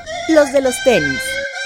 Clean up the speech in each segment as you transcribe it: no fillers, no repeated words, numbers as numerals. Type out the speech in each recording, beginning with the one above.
los de los tenis.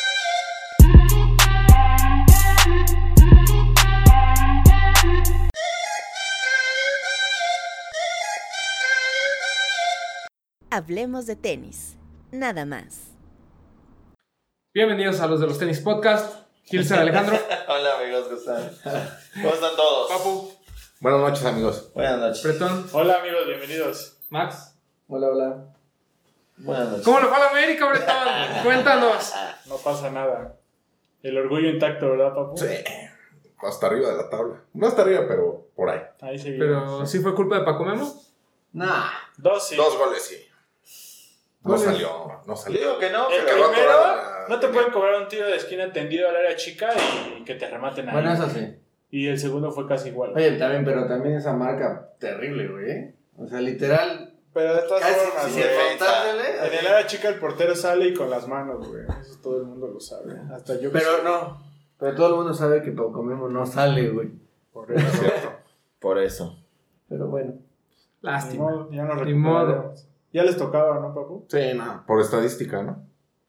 Hablemos de tenis, nada más. Bienvenidos a los de los tenis podcast. Gilser Alejandro. Hola amigos, ¿cómo están? ¿Cómo están todos? Papu. Buenas noches, amigos. Buenas noches. Bretón. Hola amigos, bienvenidos. Max. Hola. Buenas noches. ¿Cómo le fue a la América, Bretón? Cuéntanos. No pasa nada. El orgullo intacto, ¿verdad, papu? Sí, hasta arriba de la tabla. No hasta arriba, pero por ahí. Ahí seguimos. Pero ¿sí fue culpa de Paco Memo? Nah. Dos sí. 2 goles, sí. No Goles. salió. Digo que no, El pero primero, la- no te pueden cobrar un tiro de esquina tendido al área chica y que te rematen ahí. Bueno, eso sí. Y el segundo fue casi igual. Oye, pero también esa marca terrible, güey. O sea, literal. Pero de todas Casi formas, sin güey, faltándole. en el área chica el portero sale y con las manos, güey. Eso todo el mundo lo sabe. Hasta yo. Pero no. Pero todo el mundo sabe que Paco Memo no sale, güey. Por eso. por eso. Pero bueno. Ni Lástima. modo, ya nos Ni modo. recuperaremos. Ya les tocaba, ¿no, papu? Sí, no. Por estadística, ¿no?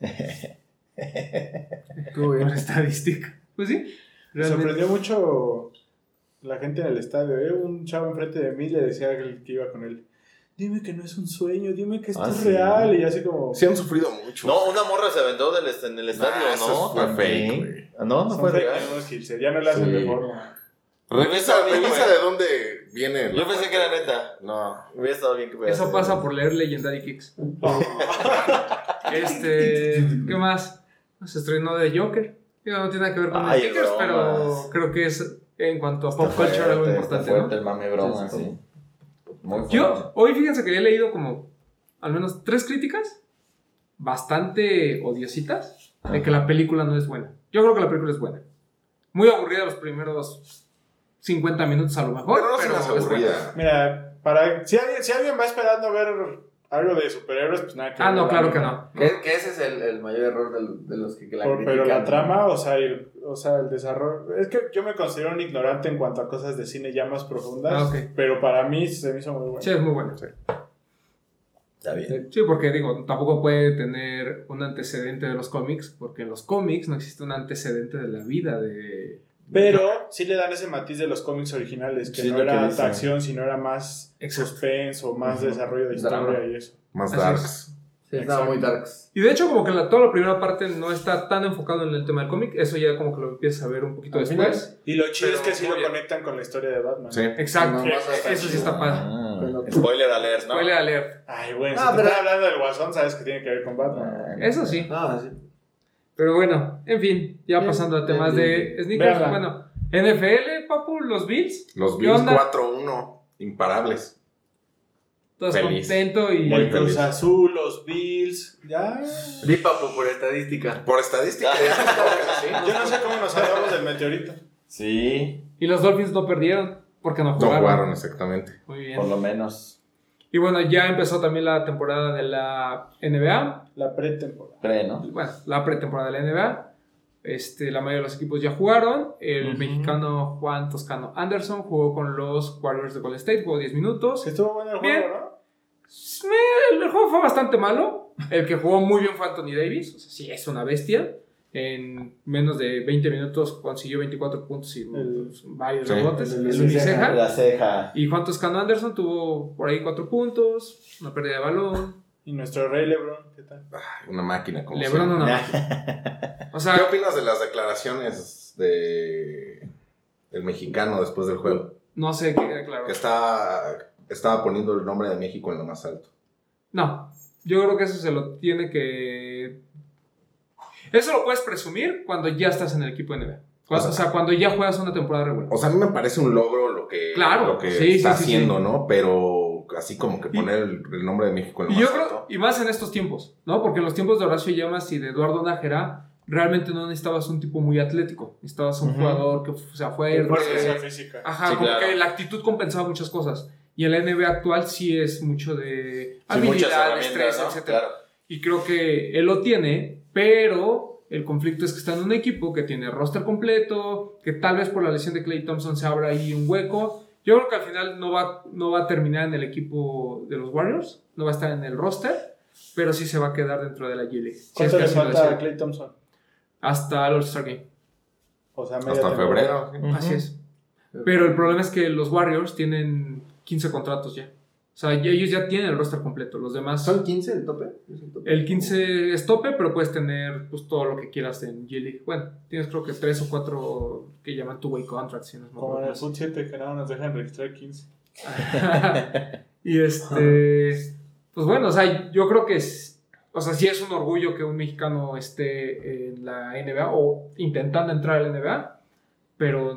Tú, Por estadística. Pues sí. Me Realmente. sorprendió mucho la gente en el estadio, ¿eh? Un chavo enfrente de mí le decía al que iba con él: dime que no es un sueño, dime que esto es sí. real. Y así como... Sí han sufrido mucho. No, una morra se aventó en el estadio, eso ¿no? fue También. fake, güey. No son fue fake real. news, Gilser, ya no le hacen Sí. de forma. Revisa Güey. de dónde viene. Yo pensé que era neta. No. Hubiera estado bien que hubiera Eso sido. pasa por leer Legendary Kicks. ¿Qué más? Se estrenó de Joker. Digo, no tiene nada que ver con Ay, los stickers, pero bromas. creo que es en cuanto a Está pop culture algo fuerte, importante, está fuerte ¿no? el mame broma, Sí, sí. sí. Muy fuerte. Yo, hoy fíjense que he leído como al menos 3 críticas bastante odiositas de que la película no es buena. Yo creo que la película es buena. Muy aburrida los primeros 50 minutos a lo mejor, Pero no se me hace es buena. aburrida. Mira, si alguien va esperando ver algo de superhéroes, pues nada que Ah, ver, no, claro que ¿no? no. Que ese es el mayor error de los que la critican. Pero la trama, o sea, el desarrollo... Es que yo me considero un ignorante en cuanto a cosas de cine ya más profundas, Ah, ok. pero para mí se me hizo muy bueno. Sí, es muy buena. Está bien. Sí, porque digo, tampoco puede tener un antecedente de los cómics, porque en los cómics no existe un antecedente de la vida de... Pero sí le dan ese matiz de los cómics originales, que Sí, no lo que era dicen. acción, sino era más Exacto. suspense o más desarrollo de historia Drama. y eso. Más Así darks. Sí, estaba muy darks. Y de hecho como que toda la primera parte no está tan enfocado en el tema del cómic, eso ya como que lo empiezas a ver un poquito Al después. Y lo chido Pero es que sí muy lo bien. conectan con la historia de Batman. Sí. Exacto, No, eso sí está padre. Ah, Pero- spoiler alert, ¿no? Spoiler alert. Ay, bueno, Ah, si te pero- están hablando del Guasón, sabes que tiene que ver con Batman. Eso sí. No, sí. Pero bueno, en fin, ya Bien, pasando a temas bien, de sneakers. Véanla. Bueno, NFL, papu, los Bills. Los ¿Qué Bills onda? 4-1. Imparables. Todos Feliz. contentos y... Muy El Cruz feliz. Azul, los Bills, ya. Vi Papo por estadística. Por estadística. Yo no sé cómo nos hablamos del meteorito. Sí, Y los Dolphins no perdieron porque no No jugaron. jugaron exactamente. Muy bien. por lo menos. Y bueno, ya empezó también la temporada de la NBA. La pretemporada. ¿No? Bueno, la pretemporada de la NBA. La mayoría de los equipos ya jugaron. El Ujú. mexicano Juan Toscano Anderson jugó con los Warriors de Golden State, jugó 10 minutos. Que estuvo bueno el Bien. juego, ¿no? El juego fue bastante malo. El que jugó muy bien fue Anthony Davis. O sea, sí, es una bestia. En menos de 20 minutos consiguió 24 puntos y varios Sí. rebotes. El El uniceja. La ceja. Y Juan Toscano Anderson tuvo por ahí 4 puntos, una pérdida de balón. Y nuestro rey LeBron, ¿qué tal? Ay, una máquina como LeBron siempre. una máquina. O ¿Qué sea, opinas de las declaraciones del mexicano después del juego? no sé qué, claro. Que estaba poniendo el nombre de México en lo más alto. No, yo creo que eso se lo tiene que... Eso lo puedes presumir cuando ya estás en el equipo de NBA. O sea, cuando ya juegas una temporada regular. O sea, a mí me parece un logro lo que Claro, sí, está sí, sí, haciendo, sí. ¿no? Pero así como que poner el nombre de México en lo Y yo más creo, alto. y más en estos tiempos, ¿no? Porque en los tiempos de Horacio Llamas y de Eduardo Nájera, realmente no necesitabas un tipo muy atlético. Necesitabas un jugador que sea fuerte. Fuerza física. Ajá, Sí, como claro. que la actitud compensaba muchas cosas. Y en la NBA actual sí es mucho de Sí, muchas habilidad, herramientas, destreza, ¿no? etc. Claro. Y creo que él lo tiene, pero el conflicto es que está en un equipo que tiene roster completo, que tal vez por la lesión de Klay Thompson se abra ahí un hueco. Yo creo que al final no va a terminar en el equipo de los Warriors, no va a estar en el roster. pero sí se va a quedar dentro de la G-League. Si ¿Cuánto le así lo falta a decide. Klay Thompson? Hasta el All-Star Game. O sea, media Hasta temporada. febrero. Así es. Pero el problema es que los Warriors tienen 15 contratos ya. O sea, ellos ya tienen el roster completo. Los demás... ¿Son 15 el tope? El 15 es tope, pero puedes tener pues, todo lo que quieras en G-League. Bueno, tienes creo que 3 o 4 que llaman two-way contracts. Si no me Como en el acuerdo. Foot 7 que nada nos dejan registrar 15. Y pues bueno, o sea, yo creo que o sea, sí es un orgullo que un mexicano esté en la NBA o intentando entrar a la NBA, pero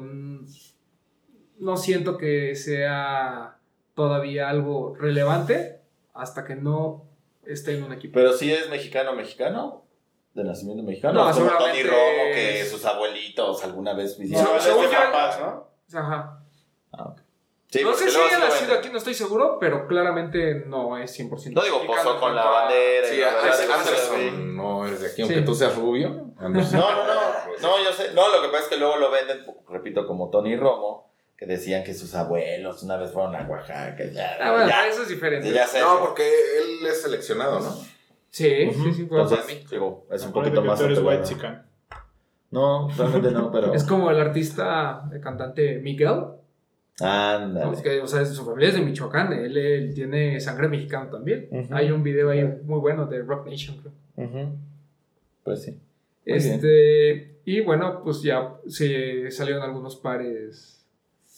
no siento que sea todavía algo relevante hasta que no esté en un equipo. Pero sí es mexicano, de nacimiento mexicano. No, es como seguramente Tony Romo, que es- sus abuelitos alguna vez No, visitaron. es según de yo- papás, ¿no? Ajá. Ah, ok. Sí, No porque sé si luego haya sí lo nacido venden. aquí, no estoy seguro, pero claramente no es 100%. No digo, mexicano posó con en la cuanto a- bandera. Sí, y la verdad, digo, Anderson no es de aquí, aunque Sí. tú seas rubio. Anderson. No, yo sé. No, lo que pasa es que luego lo venden, repito, como Tony Romo, que decían que sus abuelos una vez fueron a Oaxaca. Ya, Ah, bueno, ya, eso es diferente. ya sé. No, porque él es seleccionado, ¿no? Sí, sí, fue para Entonces, mí. digo, es un Acuérdate poquito que más. tú eres apelado. white chican. No, realmente no, pero. Es como el artista, el cantante Miguel. ¿No? Ándale. Es que, o sea, su familia es de Michoacán, él tiene sangre mexicana también. Ujú. Hay un video ahí muy bueno de Rock Nation, creo. Ujú. Pues sí. Muy bien. Y bueno, pues ya se salieron algunos pares.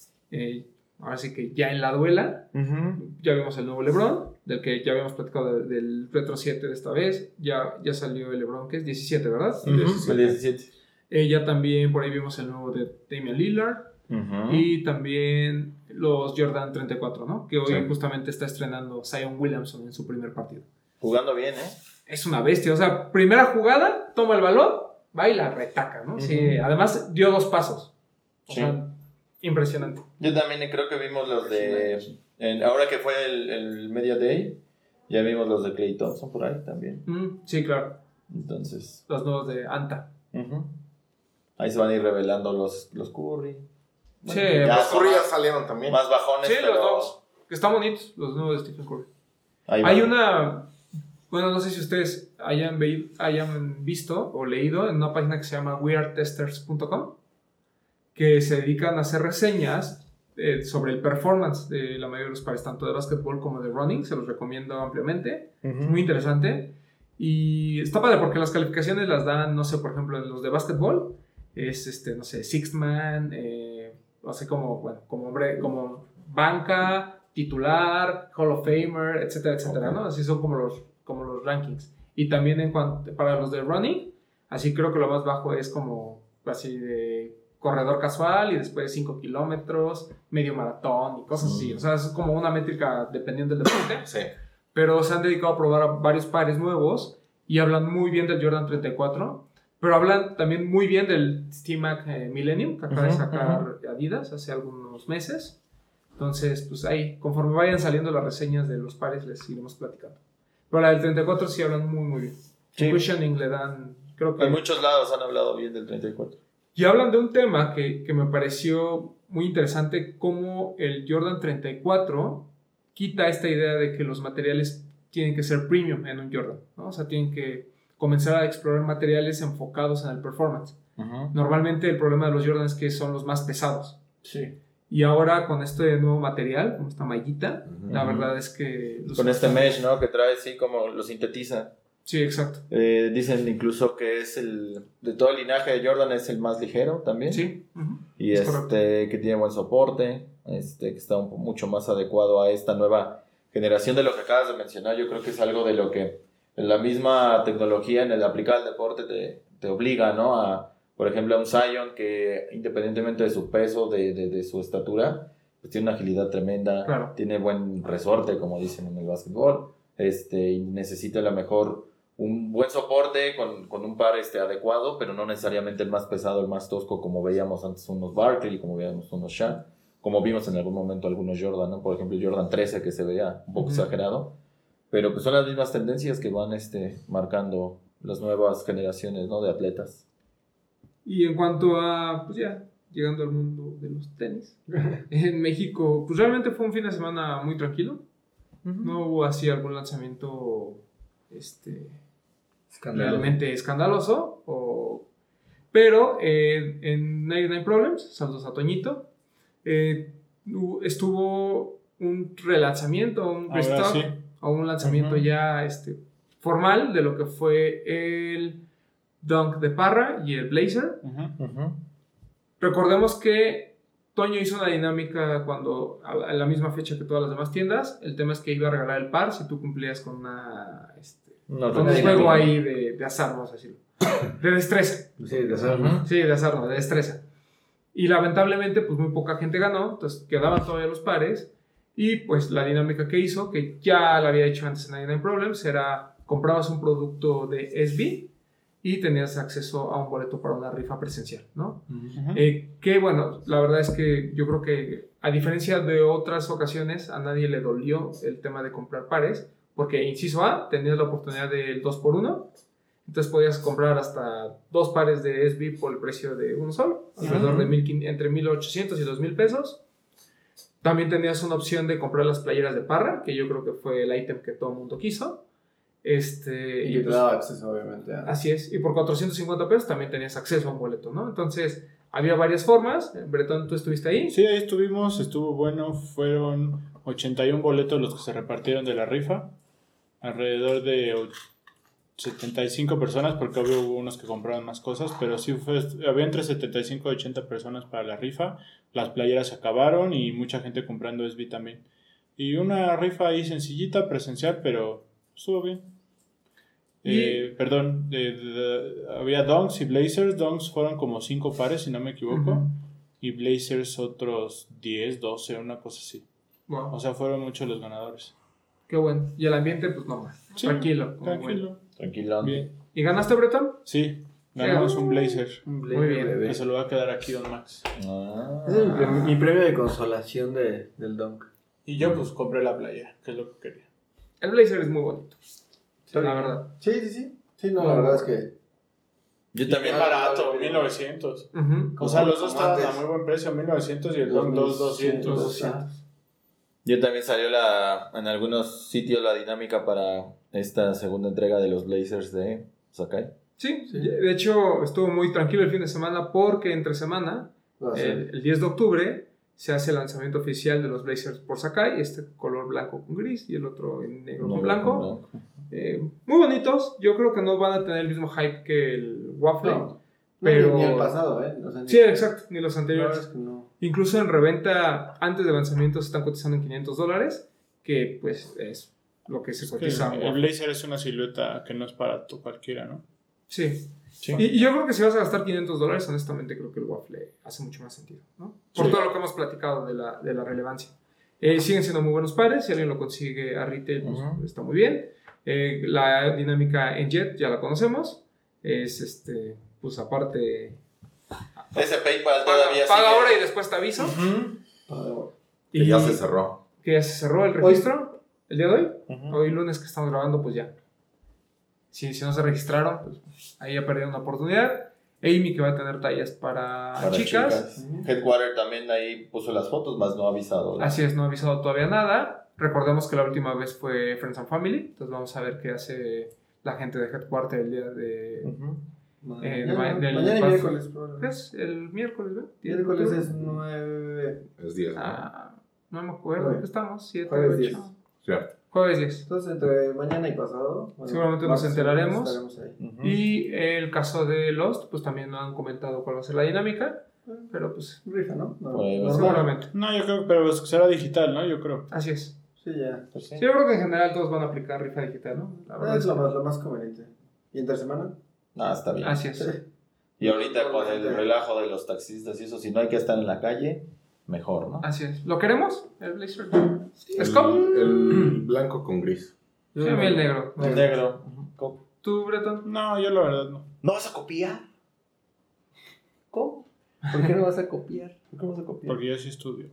Ahora sí que ya en la duela. Ya vimos el nuevo LeBron, del que ya habíamos platicado del Retro 7 de esta vez. Ya salió el LeBron, que es 17, ¿verdad? Ujú, el 17. Ya también por ahí vimos el nuevo de Damian Lillard. Ujú. Y también los Jordan 34, ¿no? Que hoy Sí. justamente está estrenando Zion Williamson en su primer partido. Jugando bien, ¿eh? Es una bestia, o sea, primera jugada, toma el balón, va y la retaca, ¿no? Sí, además dio 2 pasos. O Sí. sea, impresionante. Yo también creo que vimos los de. Ahora que fue el Media Day, ya vimos los de Klay Thompson por ahí también. Sí, claro. Entonces. Los nuevos de Anta. Ujú. Ahí se van a ir revelando los Curry. Sí, ya Los son Curry ya más- salieron también. Más bajones, Sí, pero. los dos. Que están bonitos, los nuevos de Stephen Curry. Ahí Hay van. una. Bueno, no sé si ustedes hayan visto o leído en una página que se llama weartesters.com, que se dedican a hacer reseñas sobre el performance de la mayoría de los pares, tanto de básquetbol como de running. Se los recomiendo ampliamente. Es muy interesante. Y está padre porque las calificaciones las dan, no sé, por ejemplo, en los de básquetbol es, no sé, Sixth Man, no sé, como banca, titular, Hall of Famer, etcétera, etcétera, ¿no? Así son como los rankings. Y también para los de running, así creo que lo más bajo es como así de corredor casual y después 5 kilómetros, medio maratón y cosas así. O sea, es como una métrica dependiendo del deporte. Sí. Pero se han dedicado a probar a varios pares nuevos y hablan muy bien del Jordan 34, pero hablan también muy bien del T-Mac Millennium que acaba de sacar Adidas hace algunos meses. Entonces, pues ahí, conforme vayan saliendo las reseñas de los pares, les iremos platicando. Pero la del 34 sí hablan muy, muy bien. Sí. Cushioning le dan, creo que... En muchos lados han hablado bien del 34. Y hablan de un tema que me pareció muy interesante, cómo el Jordan 34 quita esta idea de que los materiales tienen que ser premium en un Jordan, ¿no? O sea, tienen que comenzar a explorar materiales enfocados en el performance. Normalmente el problema de los Jordan es que son los más pesados. Sí. Y ahora con este nuevo material, como esta mallita, la Ujú. verdad es que... Con este mesh, ¿no? Que trae así como lo sintetiza. Sí, exacto. Dicen incluso que es de todo el linaje de Jordan es el más ligero también. Sí. Y es correcto. que tiene buen soporte, que está mucho más adecuado a esta nueva generación de lo que acabas de mencionar. Yo creo que es algo de lo que la misma tecnología en el aplicar al deporte te obliga, ¿no? Por ejemplo, a un Zion que independientemente de su peso, de su estatura, pues tiene una agilidad tremenda, Claro. tiene buen resorte, como dicen en el básquetbol, y necesita a lo mejor un buen soporte con un par adecuado, pero no necesariamente el más pesado, el más tosco, como veíamos antes unos Barkley, como veíamos unos Shaq, como vimos en algún momento algunos Jordan, ¿no? Por ejemplo, Jordan 13, que se veía un poco exagerado, pero pues son las mismas tendencias que van marcando las nuevas generaciones, ¿no? De atletas. Y en cuanto a, pues ya, llegando al mundo de los tenis, en México, pues realmente fue un fin de semana muy tranquilo. No hubo así algún lanzamiento realmente escandaloso. Pero en 99 Problems, saludos a Toñito, estuvo un relanzamiento, un restock, sí. o un lanzamiento ya formal de lo que fue el Dunk de Parra y el Blazer. Recordemos que Toño hizo una dinámica a la misma fecha que todas las demás tiendas. El tema es que iba a regalar el par si tú cumplías con con un juego ahí de azar, vamos a decirlo. De destreza. Sí, de azar, ¿no? Sí, de azar, no, de destreza. Y lamentablemente, pues muy poca gente ganó, entonces quedaban todavía los pares. Y pues la dinámica que hizo, que ya la había hecho antes en 99 Problems, era comprabas un producto de SB y tenías acceso a un boleto para una rifa presencial, ¿no? Que bueno, la verdad es que yo creo que a diferencia de otras ocasiones, a nadie le dolió el tema de comprar pares, porque inciso A, tenías la oportunidad del 2x1, entonces podías comprar hasta 2 pares de SB por el precio de uno solo, alrededor de entre 1,800 y 2,000 pesos. También tenías una opción de comprar las playeras de Parra, que yo creo que fue el ítem que todo el mundo quiso. Y que te daba acceso, obviamente. Así es, y por 450 pesos también tenías acceso a un boleto, ¿no? Entonces, había varias formas. Bretón, ¿tú estuviste ahí? Sí, ahí estuvimos, estuvo bueno. Fueron 81 boletos los que se repartieron de la rifa. Alrededor de 75 personas, porque obvio hubo unos que compraron más cosas, pero sí había entre 75 y 80 personas para la rifa. Las playeras se acabaron y mucha gente comprando SB también. Y una rifa ahí sencillita, presencial, pero estuvo bien. Había Dunks y Blazers. Dunks fueron como 5 pares, si no me equivoco. Y Blazers otros 10, 12, una cosa así. Wow. O sea, fueron muchos los ganadores. Qué bueno. Y el ambiente, pues no más. Sí, tranquilo. Tranquilo. Bien. ¿Y ganaste, Bretón? Sí, ganamos un Blazer. Muy bien. Que se lo va a quedar aquí Don Max. Ese es mi premio de consolación del Dunk. Y yo pues compré la playa, que es lo que quería. El Blazer es muy bonito. La verdad. Sí. Sí, no, la verdad es que... Yo también. Bien barato, 1900. O sea, los dos estaban a muy buen precio, 1900 y el Dunk 200. Yo también salió en algunos sitios la dinámica para esta segunda entrega de los Blazers de Sakai. Sí, de hecho estuvo muy tranquilo el fin de semana porque entre semana, el 10 de octubre, se hace el lanzamiento oficial de los Blazers por Sakai, color blanco con gris y el otro en negro con blanco. Muy bonitos, yo creo que no van a tener el mismo hype que el Waffle. No, pero... ni el pasado, Sí, exacto, ni los anteriores. Es que no. Incluso en reventa, antes del lanzamiento, se están cotizando en $500, que pues es lo que se cotiza. El Blazer es una silueta que no es para cualquiera, ¿no? Sí. Y yo creo que si vas a gastar $500, honestamente creo que el Waffle hace mucho más sentido, ¿no? Por todo lo que hemos platicado de la relevancia. Siguen siendo muy buenos pares, si alguien lo consigue a retail, pues está muy bien. La dinámica en Jet ya la conocemos, es pues aparte... Ese PayPal todavía paga sigue. ahora y después te aviso. Que ya se cerró. Que ya se cerró el registro el día de hoy. Hoy lunes que estamos grabando, pues ya. Si no se registraron, pues ahí ya perdieron una oportunidad. Amy, que va a tener tallas para chicas. Headquarter también ahí puso las fotos, más no ha avisado. Así es, no ha avisado todavía nada. Recordemos que la última vez fue Friends and Family. Entonces vamos a ver qué hace la gente de Headquarter el día de... Mañana y miércoles. ¿Qué es? El miércoles, ¿no? Miércoles es 9. Es 10. No me acuerdo. ¿Qué estamos? 7, Jueves 8. 10. Cierto. Jueves 10. Entonces, entre mañana y pasado. Seguramente nos enteraremos. Estaremos ahí. Y el caso de Lost, pues también no han comentado cuál va a ser la dinámica. Pero pues. Rifa, ¿no? Seguramente. No, yo creo que pero será digital, ¿no? Yo creo. Así es. Sí, ya. Sí, yo creo que en general todos van a aplicar rifa digital, ¿no? La verdad Es lo más conveniente. ¿Y entre semana? No, está bien. Así es. Y ahorita con el relajo de los taxistas y eso, si no hay que estar en la calle, mejor, ¿no? Así es. ¿Lo queremos? ¿El Blazer? ¿Scott? El blanco con gris. Sí, a mí el negro. El negro. ¿Tú, Bretón? No, yo la verdad no. ¿No vas a copiar? ¿Cómo? ¿Por qué no vas a copiar? ¿Por qué vas a copiar? Porque yo sí estudio.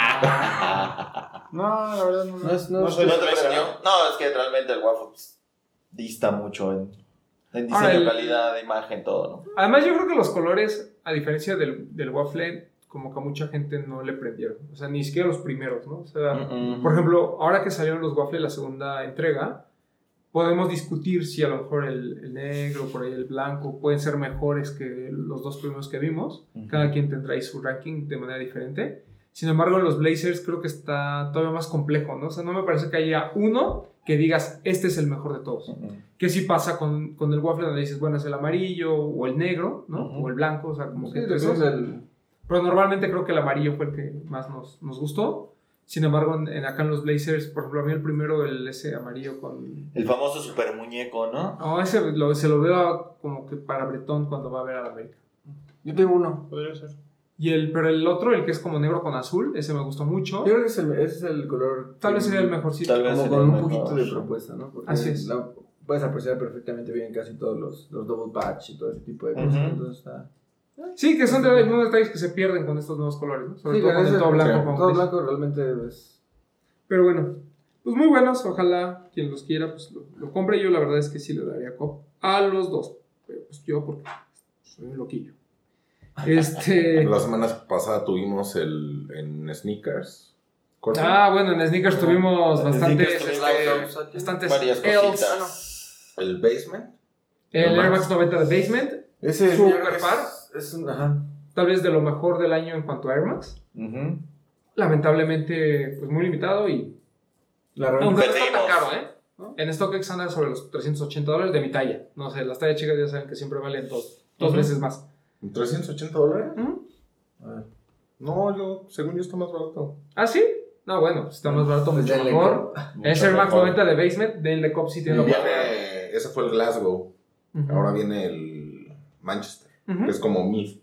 Ah. No, la verdad no. No soy ¿No te lo enseñó? No, es que realmente el Waffle pues, dista mucho en diseño, calidad, imagen, todo, ¿no? Además, yo creo que los colores, a diferencia del Waffle, como que a mucha gente no le prendieron. O sea, ni siquiera los primeros, ¿no? O sea, por ejemplo, ahora que salieron los Waffle, la segunda entrega, podemos discutir si a lo mejor el negro, por ahí el blanco, pueden ser mejores que los dos primeros que vimos. Cada quien tendrá ahí su ranking de manera diferente. Sin embargo, los Blazers creo que está todavía más complejo, ¿no? O sea, no me parece que haya uno que digas, este es el mejor de todos. Que sí pasa con el waffle donde dices, bueno, es el amarillo o el negro, ¿no? O el blanco, o sea, como que entre esos. Pero normalmente creo que el amarillo fue el que más nos gustó. Sin embargo, acá en los Blazers, por ejemplo, a mí el primero, ese amarillo con... El famoso super muñeco, ¿no? No, ese se lo veo como que para Bretón cuando va a ver a la América. Yo tengo uno. Podría ser. Pero el otro, el que es como negro con azul, ese me gustó mucho. Yo creo que ese es el color. Tal vez sería el mejorcito. Tal vez Como sería con un mejor. poquito de propuesta, ¿no? Porque Así es. puedes apreciar perfectamente bien casi todos los double patch y todo ese tipo de cosas. Entonces está. Sí, que son de algunos detalles que se pierden con estos nuevos colores, ¿no? Sobre Sí, todo con el todo blanco. sí, como todo gris. blanco realmente es. Pero bueno, pues muy buenos. Ojalá quien los quiera, pues lo compre. Yo la verdad es que sí le daría cop a los dos. Pero pues yo, porque soy un loquillo. La semana pasada tuvimos en Sneakers. Bueno, en Sneakers tuvimos En bastantes, Sneakers bastantes varias Ls. cositas. El Basement. El Air Max 90 de Basement, Ese Super yo creo que par. es un. Ajá. tal vez de lo mejor del año en cuanto a Air Max. Lamentablemente, pues muy limitado y... Aunque no está tan caro, ¿eh? ¿No? En StockX anda sobre los $380 de mi talla. No sé, las tallas chicas ya saben que siempre valen dos veces más. ¿$380? A ver. No, según yo está más barato. ¿Ah, sí? No, bueno, pues está más barato, Pues mucho denle mejor. Mucho Es Air Max mejor. 90 de Basement, denle cop si tiene la oportunidad. Ese fue el Glasgow. Ujú. Ahora viene el Manchester. Ujú. Que es como Mid.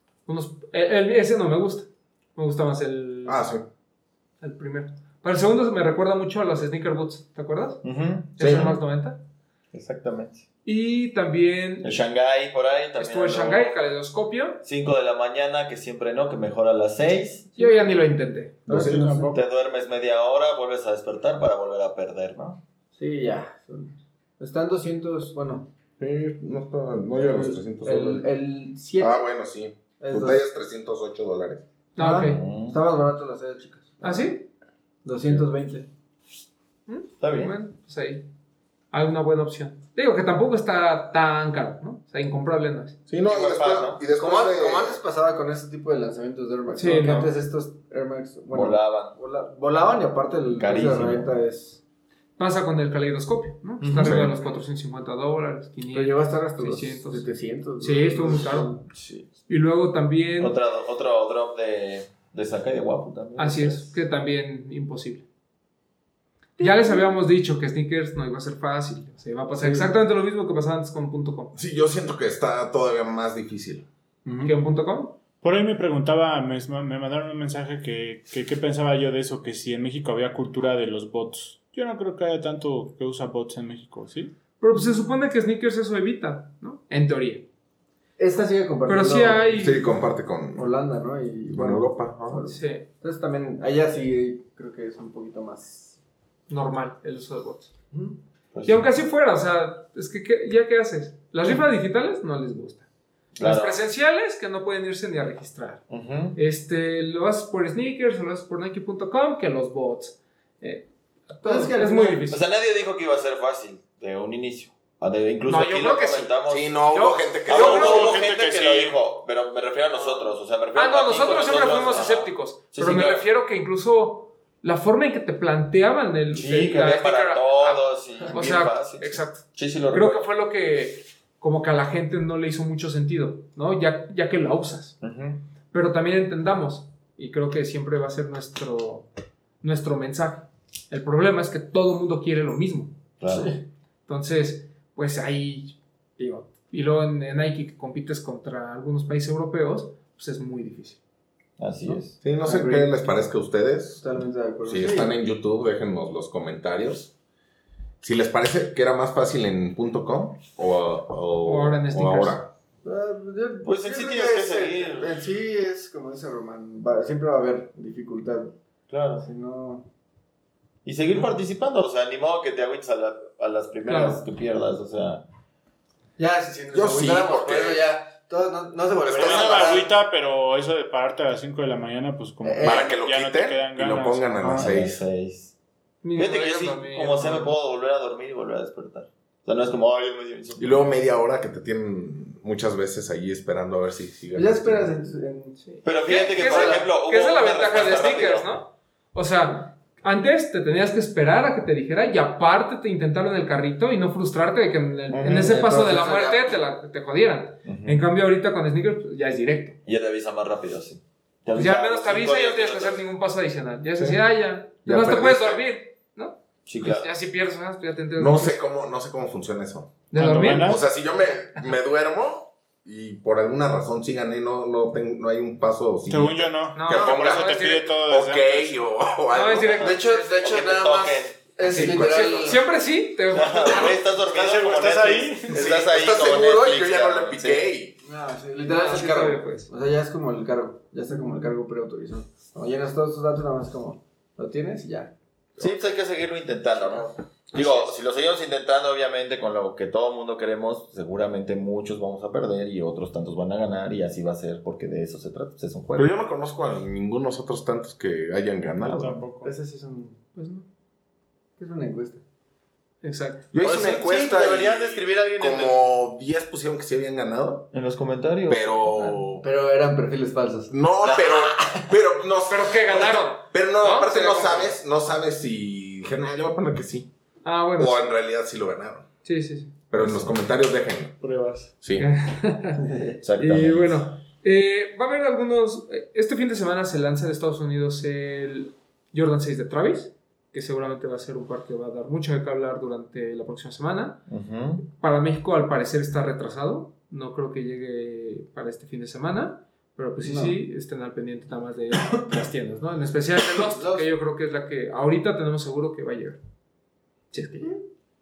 Ese no me gusta. Me gusta más el primero. Para el segundo me recuerda mucho a los Sneaker Boots, ¿te acuerdas? Es Air Max 90. Exactamente. Y también El Shanghai por ahí también. estuvo el Shanghai, Caleidoscopio. 5 de la mañana, que siempre no, que mejor a las 6. Yo ya ni lo intenté. No, sí, tampoco. Te duermes media hora, vuelves a despertar para volver a perder, ¿no? Sí, ya. Están 200, bueno. Sí, no llega a los $300. El 7 bueno, sí. es Tu dos- talla es $308. Ah, ok. Está más barato la serie, chicas. ¿Ah, sí? 220. Está bien. Bueno, pues ahí hay una buena opción. Digo que tampoco está tan caro, ¿no? O sea, incomprable no es. Sí, no, Igual y pasa, ¿no? después Como antes pasaba con este tipo de lanzamientos de Air Max. Sí, ¿no? Que no. antes estos Air Max Volaban. volaban y aparte el precio de Carísimo. reventa es. Pasa con el Caleidoscopio, ¿no? Está arriba de los $450, 500. Pero llegó a estar hasta los 600. 700. Sí, estuvo muy caro. Sí. Y luego también, Otro drop de Sakai de Guapo también. así es, que también imposible. Ya les habíamos dicho que Sneakers no iba a ser fácil. O sea, iba a pasar exactamente lo mismo que pasaba antes con .com. Sí, yo siento que está todavía más difícil. ¿Que en .com? Por ahí me preguntaba, me mandaron un mensaje que qué pensaba yo de eso, que si en México había cultura de los bots. Yo no creo que haya tanto que usa bots en México, ¿sí? Pero pues se supone que Sneakers eso evita, ¿no? En teoría. Esta sigue compartiendo. Pero sí hay... Sí, comparte con Holanda, ¿no? Y bueno, Europa. Ajá. Sí, Entonces también, allá sí creo que es un poquito más. normal el uso de bots. Pues Y aunque así fuera, o sea, es que ¿ya qué haces? Las rifas digitales no les gusta. Las Claro. presenciales que no pueden irse ni a registrar. Ujú. Lo haces por Sneakers o lo haces por Nike.com que los bots. Pues es que al es muy final- O difícil. sea, nadie dijo que iba a ser fácil de un inicio. Incluso No, yo aquí creo lo que sí. comentamos. Sí, no, Yo- hubo gente que... Ah, yo no, creo hubo que gente que sí. lo dijo, pero me refiero a nosotros. O sea, me refiero a No, ti, nosotros con siempre fuimos ajá. escépticos. Sí, pero sí, me claro. refiero que incluso la forma en que te planteaban Sí, que la había para sneaker- todos. Y O bien sea, fácil. exacto. Sí, sí, lo Creo que recuerdo. fue lo que como que a la gente no le hizo mucho sentido, ¿no? Ya que la usas. Ujú. Pero también entendamos, y creo que siempre va a ser nuestro mensaje. El problema es que todo el mundo quiere lo mismo. Claro. Entonces, pues ahí, digo, y luego en Nike que compites contra algunos países europeos, pues es muy difícil. Así es. Sí, no sé qué les parezca a ustedes. Totalmente de acuerdo. Si Sí. están en YouTube, déjennos los comentarios. Si les parece que era más fácil en .com o ahora en Sneakers. ahora. Pues en sí Yo creo tienes que es, seguir. En sí es, como dice Román, siempre va a haber dificultad. Claro. Si no. Y seguir participando. O sea, ni modo que te agüites a las primeras Claro. que pierdas. O sea, Ya, si nos Yo sí, agüitáramos porque- por eso ya. Todo, no se volvería Estás Pero a no parar. me agüita, pero eso de pararte a las 5 de la mañana, pues como Eh, Para que lo ya no te quiten quedan y lo ganas. pongan a las Ajá. 6. 6. Fíjate que yo sí, como sea, me puedo volver a dormir y volver a despertar. O sea, no es como, ay, me dio insomnio. Y luego media hora que te tienen muchas veces ahí esperando a ver si Ya esperas Sí. Pero fíjate que, ¿Qué por es ejemplo, que esa es la una ventaja de respuesta Snickers, rápida. ¿no? O sea, antes te tenías que esperar a que te dijera y aparte te intentaron en el carrito y no frustrarte de que en ese el paso de la proceso muerte te jodieran. En cambio, ahorita con Snickers pues, ya es directo. Y ya te avisa más rápido, sí. Te Pues avisa ya al menos te avisa y no tienes que hacer 5 ningún paso adicional. Ya es así, Ya ya. Además te puedes perdiste. dormir, ¿no? Sí, claro. Ya si pierdes, pues ya te enteras. No sé cómo funciona eso. ¿De ¿Cuándo dormir? ganas? O sea, si yo me duermo y por alguna razón sí gané, no hay un paso Según yo no. No, que no, ponga Por eso no, te es pide directo. todo desde antes. ok o algo. No, es directo. De hecho que te nada más toquen. es Sí, literal. Siempre sí. Estás dormido como ¿Estás ahí? Netflix. Estás ahí ¿Estás como seguro? Netflix, Y yo ya no le sí. piqué. No, sí, literal es No, el sí, cargo. todavía, pues. O sea, ya es como el cargo. Ya está como el cargo preautorizado. Cuando llenas todos tus datos, nada más como lo tienes y ya. Sí, pues hay que seguirlo intentando, ¿no? Digo, si lo seguimos intentando, obviamente, con lo que todo mundo queremos, seguramente muchos vamos a perder y otros tantos van a ganar y así va a ser porque de eso se trata, pues es un juego. Pero yo no conozco a ninguno de los otros tantos que hayan Yo ganado. tampoco. Ese sí es un. Pues no. Es una encuesta. Exacto. Yo hice Pues una sí, encuesta deberían y de escribir a alguien como 10 pusieron que sí habían ganado, en los comentarios. pero... Pero eran perfiles falsos. No, pero no, ¿Pero qué ganaron? pero no, ¿No? aparte Sería no como- sabes si dijeron, yo voy a poner que sí. Ah, bueno. O en realidad sí lo ganaron. Sí, sí, sí. Pero en los comentarios déjenlo. Pruebas. Sí. Exactamente. Y bueno, va a haber algunos. Este fin de semana se lanza en Estados Unidos el Jordan 6 de Travis, que seguramente va a ser un par que va a dar mucho de qué hablar durante la próxima semana. Ujú. Para México, al parecer, está retrasado. No creo que llegue para este fin de semana. Pero pues sí, No. sí, estén al pendiente nada más de las tiendas, ¿no? En especial de Lost, Lost. que yo creo que es la que ahorita tenemos seguro que va a llegar. Si es que llega.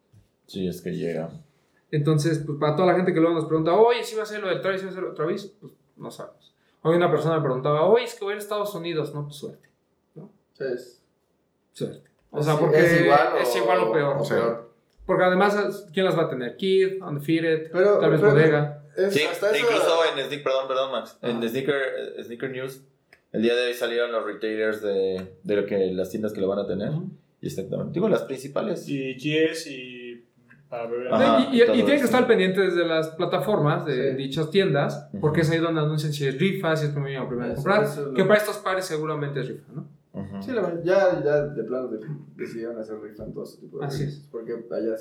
Sí, es que llega. Entonces, pues para toda la gente que luego nos pregunta, oye, ¿sí va a ser lo del Travis? ¿Sí va a ser lo del Travis? Pues no sabemos. Hoy una persona me preguntaba, oye, es que voy a ir a Estados Unidos. No, pues suerte. Entonces, Suerte. O sea, porque ¿es igual o peor. o sea, peor? Porque además, ¿quién las va a tener? Kid, Undefeated, Pero- tal vez pero- Bodega. Sí, Hasta eso. incluso en perdón, Max. En Sneaker News, el día de hoy salieron los retailers de lo que las tiendas que lo van a tener. Y exactamente. Digo, las principales. Y GS y para beber. Ajá. Y todo tienen que eso. estar pendientes de las plataformas de Sí. dichas tiendas, porque es ahí donde anuncian si es rifa, si es primero o primero Eso- comprar. eso es lo- Que para estos pares seguramente es rifa, ¿no? Ujú. Sí, la verdad, ya de plano decidieron hacer rifa en todo ese tipo de Así rifas, porque allá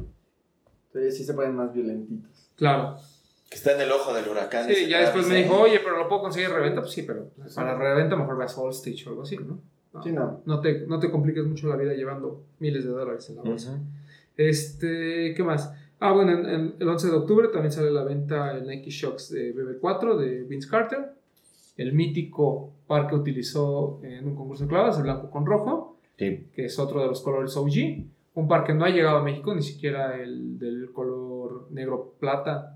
sí se ponen más violentitos. Claro. Que está en el ojo del huracán. Sí, ese ya después me Travis, dijo, ¿eh? oye, pero lo puedo conseguir en reventa. Pues sí, pero pues, para reventa mejor ve a Soul Stitch o algo así, ¿no? Sí, no. No te compliques mucho la vida llevando miles de dólares en la bolsa. Ujú. ¿Qué más? Ah, bueno, el 11 de octubre también sale a la venta el Nike Shox de BB4 de Vince Carter. El mítico par que utilizó en un concurso de clavas, el blanco con rojo, Sí. que es otro de los colores OG. Un par que no ha llegado a México, ni siquiera el del color negro plata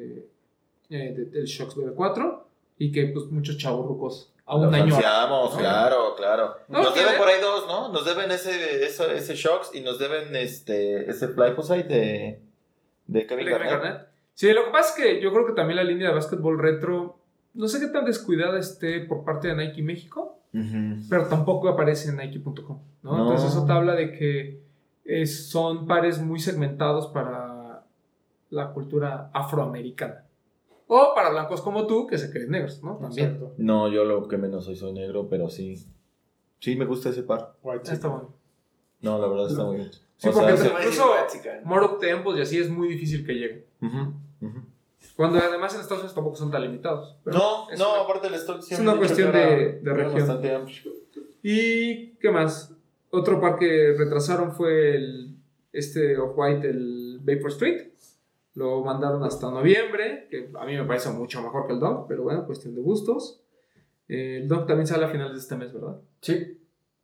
del Shox BB4. Y que pues muchos chavorrucos a un Los año. ansiamos, ¿no? claro. No, Nos tiene- deben por ahí dos, ¿no? Nos deben ese Shocks y nos deben ese Flyposite de Kevin Kevin Garnett. Garnett. Sí, lo que pasa es que yo creo que también la línea de básquetbol retro, no sé qué tan descuidada esté por parte de Nike México, Ujú. pero tampoco aparece en Nike.com, ¿no? No. Entonces eso te habla de que son pares muy segmentados para la cultura afroamericana. O para blancos como tú, que se creen negros, ¿no? También. Exacto. No, yo lo que menos soy negro, pero sí. Sí, me gusta ese par. White Está bueno. No, la verdad está muy bien. Sí, O porque sea, incluso More Up Tempos y así es muy difícil que lleguen. Ujú, ujú. Cuando además en Estados Unidos tampoco son tan limitados. Pero No, es no, una- aparte del stock es una cuestión de región. bastante amplio. ¿Y qué más? Otro par que retrasaron fue el Off-White, el Vapor Street. Lo mandaron hasta noviembre, que a mí me parece mucho mejor que el Dunk, pero bueno, cuestión de gustos. El Dunk también sale a finales de este mes, ¿verdad? Sí.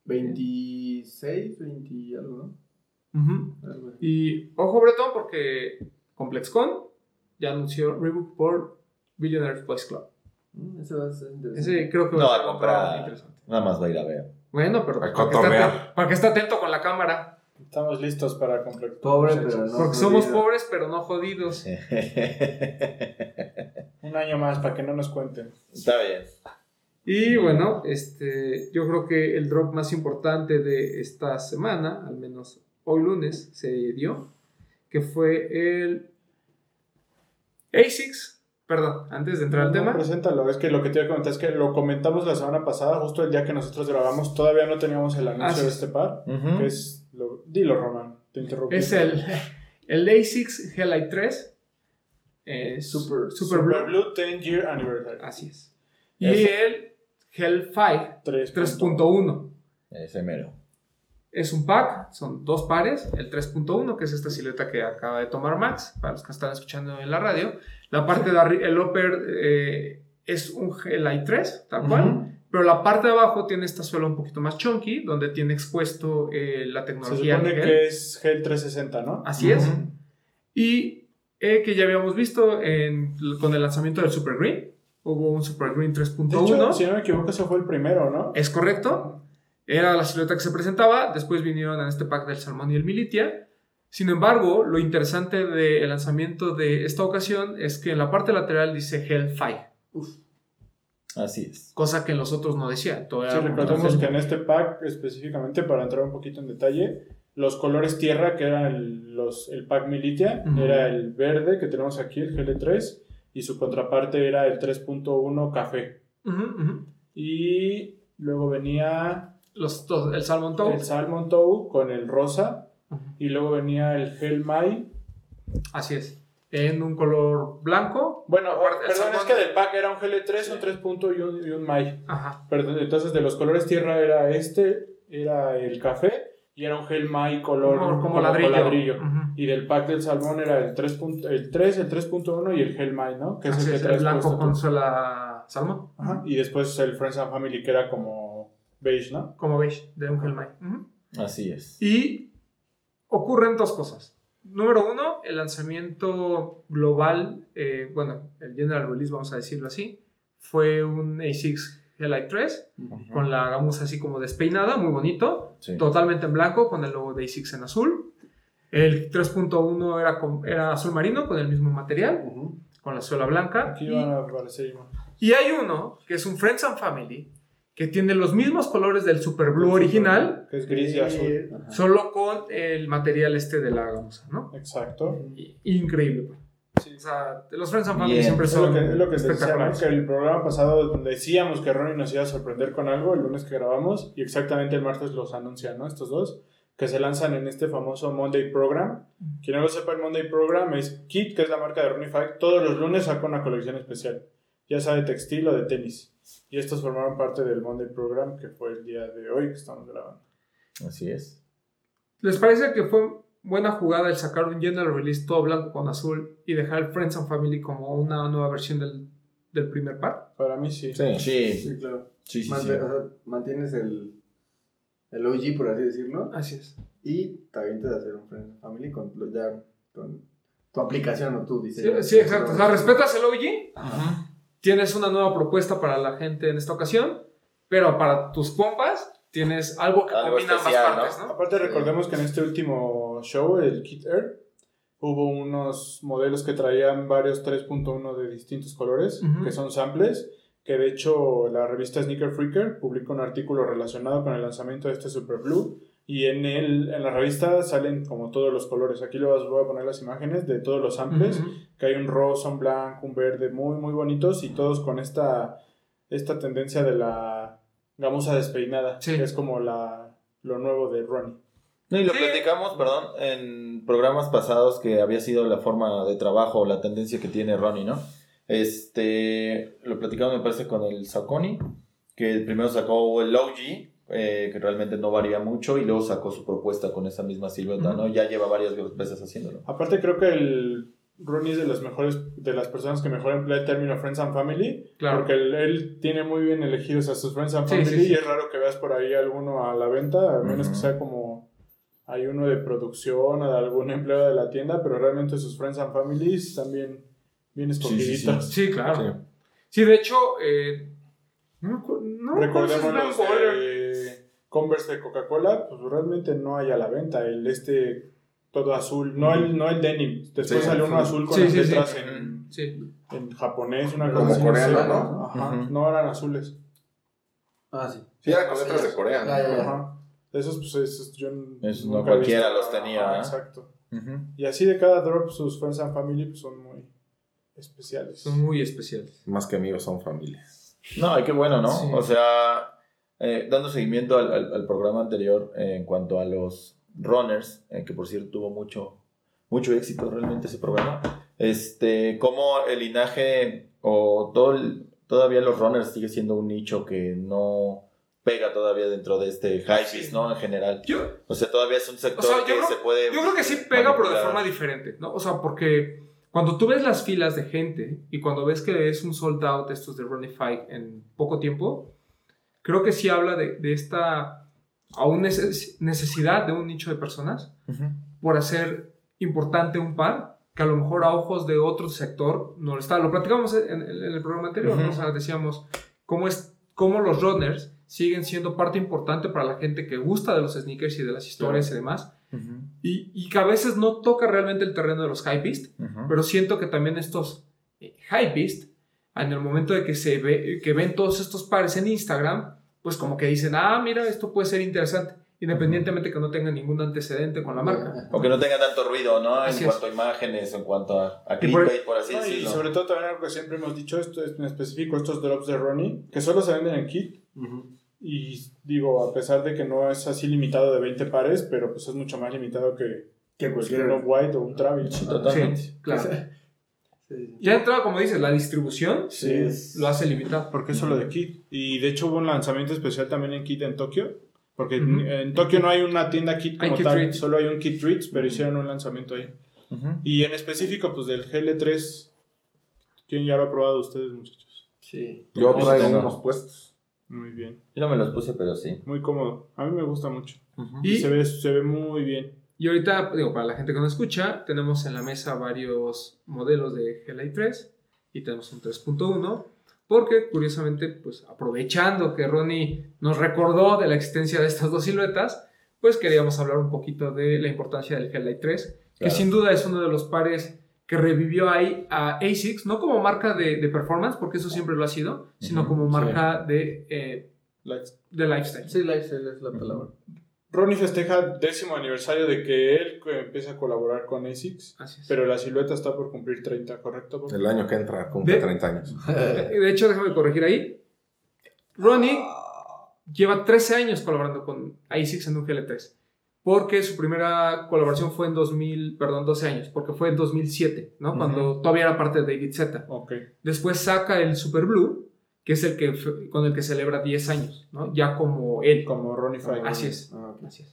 26, 20 algo, Ujú. ¿no? Algo así. Y ojo, Bretón, porque ComplexCon ya anunció Reebok por Billionaires Boys Club. Ese va a ser interesante. Ese creo que No, va a a ser comprar. interesante. Nada más va a ir a ver. Bueno, pero A para que, cotorrear. para que esté atento con la cámara. Estamos listos para completar. Pobre, pero no. Porque somos jodido. pobres, pero no jodidos. Un año más para que no nos cuenten. Está bien. Y bueno, yo creo que el drop más importante de esta semana, al menos hoy lunes, se dio, que fue el ASICS. Perdón, antes de entrar al tema. Preséntalo, es que lo que te iba a comentar es que lo comentamos la semana pasada, justo el día que nosotros grabamos, todavía no teníamos el anuncio de este par, que es, dilo Román, te interrumpí. Es el ASICS G-Lite 3. Super Blue 10 Year Anniversary. Así es. Y el Hellfire 3.1. Ese mero. Es un pack, son 2 pares, el 3.1, que es esta silueta que acaba de tomar Max, para los que están escuchando en la radio. La parte de arriba, el upper es un G-Lite 3, tal cual, pero la parte de abajo tiene esta suela un poquito más chunky, donde tiene expuesto la tecnología. Se supone que es Gel 360, ¿no? Así es. Y que ya habíamos visto con el lanzamiento del Super Green. Hubo un Super Green 3.1. De hecho, si no me equivoco, ese fue el primero, ¿no? Es correcto. Era la silueta que se presentaba. Después vinieron en este pack del Salmón y el Militia. Sin embargo, lo interesante del lanzamiento de esta ocasión es que en la parte lateral dice Hellfire. Así es. Cosa que en los otros no decía. Sí, recordemos que en este pack, específicamente, para entrar un poquito en detalle, los colores tierra, que eran el pack Militia, era el verde que tenemos aquí, el GL3, y su contraparte era el 3.1 café. Y luego venía el Salmon Toe. El Salmon Toe con el rosa. Y luego venía el Hell Mai. Así es. En un color blanco. Bueno, perdón, es que del pack era un GL3, un 3. Y un Mai. Ajá. Perdón, entonces de los colores tierra era era el café. Y era un Hell Mai color como ladrillo. Y del pack del salmón era el 3, el 3.1 y el Hell Mai, ¿no? Que es el blanco con suela salmón. Ajá. Y después el Friends and Family, que era como beige, ¿no? Como beige, de un Hell Mai. Así es. Y ocurren 2 cosas. Número 1, el lanzamiento global, el general release, vamos a decirlo así, fue un ASICS G-Lite 3, con la gamuza así como despeinada, muy bonito, totalmente en blanco, con el logo de ASICS en azul. El 3.1 era azul marino, con el mismo material, con la suela blanca. Aquí van a aparecer. Y hay uno, que es un Friends and Family, que tiene los mismos colores del Super Blue original, que es gris y azul, solo con el material de la gamuza, ¿no? Exacto. Increíble. Sí. O sea, los Friends and Family siempre son es lo que espectaculares. Que el programa pasado decíamos que Ronnie nos iba a sorprender con algo el lunes que grabamos, y exactamente el martes los anuncian, ¿no? Estos dos que se lanzan en este famoso Monday Program. Quien no lo sepa, el Monday Program es Kit, que es la marca de Ronnie Fight, todos los lunes saca una colección especial, ya sea de textil o de tenis. Y estos formaron parte del Monday Program, que fue el día de hoy que estamos grabando. Así es. ¿Les parece que fue buena jugada el sacar un general release todo blanco con azul y dejar el Friends and Family como una nueva versión del primer par? Para mí sí. Sí, claro. Sí. O sea, mantienes el OG, por así decirlo. Así es. Y te avientas a hacer un Friends and Family con tu aplicación o tu diseño. Sí, exacto. O sea, respetas el OG. Tienes una nueva propuesta para la gente en esta ocasión, pero para tus compas tienes algo que combina especial, ambas partes, ¿no? Aparte recordemos que en este último show, el Kit Air, hubo unos modelos que traían varios 3.1 de distintos colores, que son samples, que de hecho la revista Sneaker Freaker publicó un artículo relacionado con el lanzamiento de este Super Blue, y en la revista salen como todos los colores. Aquí les voy a poner las imágenes de todos los samples, que hay un rosa, un blanco, un verde, muy muy bonitos, y todos con esta tendencia de la gamuza despeinada, que es como lo nuevo de Ronnie. No, y lo platicamos, en programas pasados, que había sido la forma de trabajo, la tendencia que tiene Ronnie, ¿no? Lo platicamos, me parece, con el Saucony, que primero sacó el OG, que realmente no varía mucho, y luego sacó su propuesta con esa misma silueta, ¿no? Ya lleva varias veces haciéndolo. Aparte, creo que el Ronnie es de las personas que mejor emplea el término Friends and Family, porque él tiene muy bien elegidos a sus Friends and Family, y es raro que veas por ahí alguno a la venta, a menos que sea como hay uno de producción o de algún empleado de la tienda, pero realmente sus Friends and Families están bien escogiditos. Sí, claro. Sí, de hecho, recordemos los Converse de Coca-Cola, pues realmente no hay a la venta. Todo azul, no el denim. Después sale uno azul con las letras en japonés, una cosa como así. coreano, ¿no? No eran azules. Ah, sí. Sí, era con letras de Corea, ¿no? Ya. Ajá. Esos, pues, yo Esos no nunca he cualquiera visto. los tenía, Ajá, ¿eh? exacto. Ujú. Y así de cada drop, sus Friends and Family pues, son muy especiales. Son muy especiales. Más que amigos, son familia. No, y qué bueno, ¿no? Sí. O sea, dando seguimiento al programa anterior en cuanto a los runners, que por cierto tuvo mucho éxito realmente ese programa, cómo el linaje o todavía los runners sigue siendo un nicho que no pega todavía dentro de este hypebeast, ¿no? En general. O sea, todavía es un sector se puede... Yo creo que sí pega, pero de manipular. forma diferente, ¿no? O sea, porque cuando tú ves las filas de gente y cuando ves que es un sold out estos de Runify en poco tiempo, creo que sí habla de esta aún necesidad de un nicho de personas Ujú. por hacer importante un par que a lo mejor a ojos de otro sector no lo está. Lo platicamos en el programa anterior, ¿no? O sea, decíamos cómo los runners siguen siendo parte importante para la gente que gusta de los sneakers y de las historias y demás, Ujú. y que a veces no toca realmente el terreno de los hypebeast, Ujú. pero siento que también estos hypebeast, en el momento de que ven todos estos pares en Instagram, pues como que dicen, mira, esto puede ser interesante, independientemente que no tenga ningún antecedente con la marca. O que no tenga tanto ruido, ¿no? Así En es. cuanto a imágenes, en cuanto a Y por- clickbait, por así No, y decirlo. sobre todo también algo que siempre hemos dicho, esto es en específico, estos drops de Ronnie, que solo se venden en kit. Y digo, a pesar de que no es así limitado de 20 pares, pero pues es mucho más limitado que cualquier cualquier- White o un Travis. Sí, totalmente. Sí, claro. Sí. Ya entrado, como dices, la distribución Sí. lo hace limitado. Porque es solo de kit. Y de hecho hubo un lanzamiento especial también en kit en Tokio. Porque Ujú. en Tokio no hay una tienda kit Hay como Kit tal, Treats. solo hay un kit treats, pero hicieron un lanzamiento ahí. Ujú. Y en específico, pues del GL3, ¿quién ya lo ha probado ustedes, muchachos? Sí. Yo Pues traigo tengo. unos puestos. Muy bien. Yo no me los puse, pero sí. Muy cómodo. A mí me gusta mucho. Y, Y se ve muy bien. y ahorita, digo, para la gente que no escucha, tenemos en la mesa varios modelos de GLI 3 y tenemos un 3.1, porque curiosamente, pues aprovechando que Ronnie nos recordó de la existencia de estas dos siluetas, pues queríamos hablar un poquito de la importancia del GLI 3, que Claro. sin duda es uno de los pares que revivió ahí a ASICS, no como marca de performance, porque eso siempre lo ha sido, sino Ujú, como sí. marca de lifestyle. Sí, lifestyle es la palabra. Ronnie festeja 10º aniversario de que él empieza a colaborar con ASICS, Así es. pero la silueta está por cumplir 30, ¿correcto? Bob? El año que entra cumple De- 30 años. De hecho, déjame corregir ahí. Ronnie lleva 13 años colaborando con ASICS en un GL3. Porque su primera colaboración fue en 12 años, porque fue en 2007, ¿no? Cuando todavía era parte de David Z. Ok. Después saca el Super Blue, que es con el que celebra 10 años, ¿no? Ya como él. Como Ronnie Five. Así es. Ah, ok. Así es.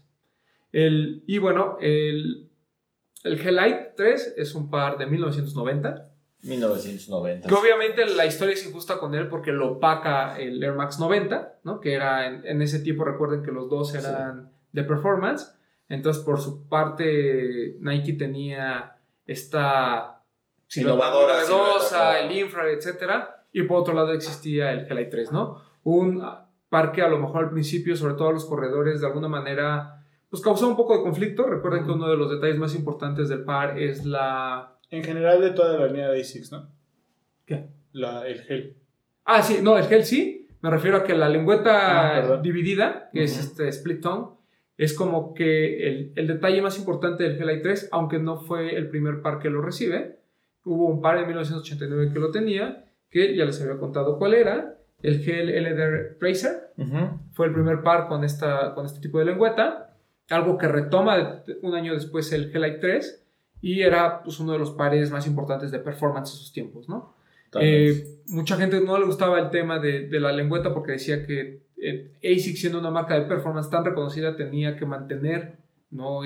Y bueno, el G-Lite 3 es un par de 1990. 1990. Que obviamente la historia es injusta con él porque lo opaca el Air Max 90, ¿no? Que era en ese tiempo, recuerden que los dos eran de performance. Entonces, por su parte, Nike tenía esta Innovadora novedosa, silueta, el infrared, etcétera. Y por otro lado existía el G-Lite 3, ¿no? Un par que a lo mejor al principio, sobre todo a los corredores, de alguna manera, pues causó un poco de conflicto. Recuerden que uno de los detalles más importantes del par es En general de toda la línea de ASICS, ¿no? ¿Qué? El gel. Ah, sí, no, el gel sí. Me refiero a que la lengüeta perdón. dividida, que es split tongue, es como que el detalle más importante del Gel i3, aunque no fue el primer par que lo recibe. Hubo un par en 1989 que lo tenía, que ya les había contado cuál era. El Gel LD Racer Ujú. fue el primer par con este tipo de lengüeta. Algo que retoma un año después el Gel i3 y era pues, uno de los pares más importantes de performance de sus tiempos, ¿no? Mucha gente no le gustaba el tema de la lengüeta porque decía que ASICS, siendo una marca de performance tan reconocida, tenía que mantener, ¿no?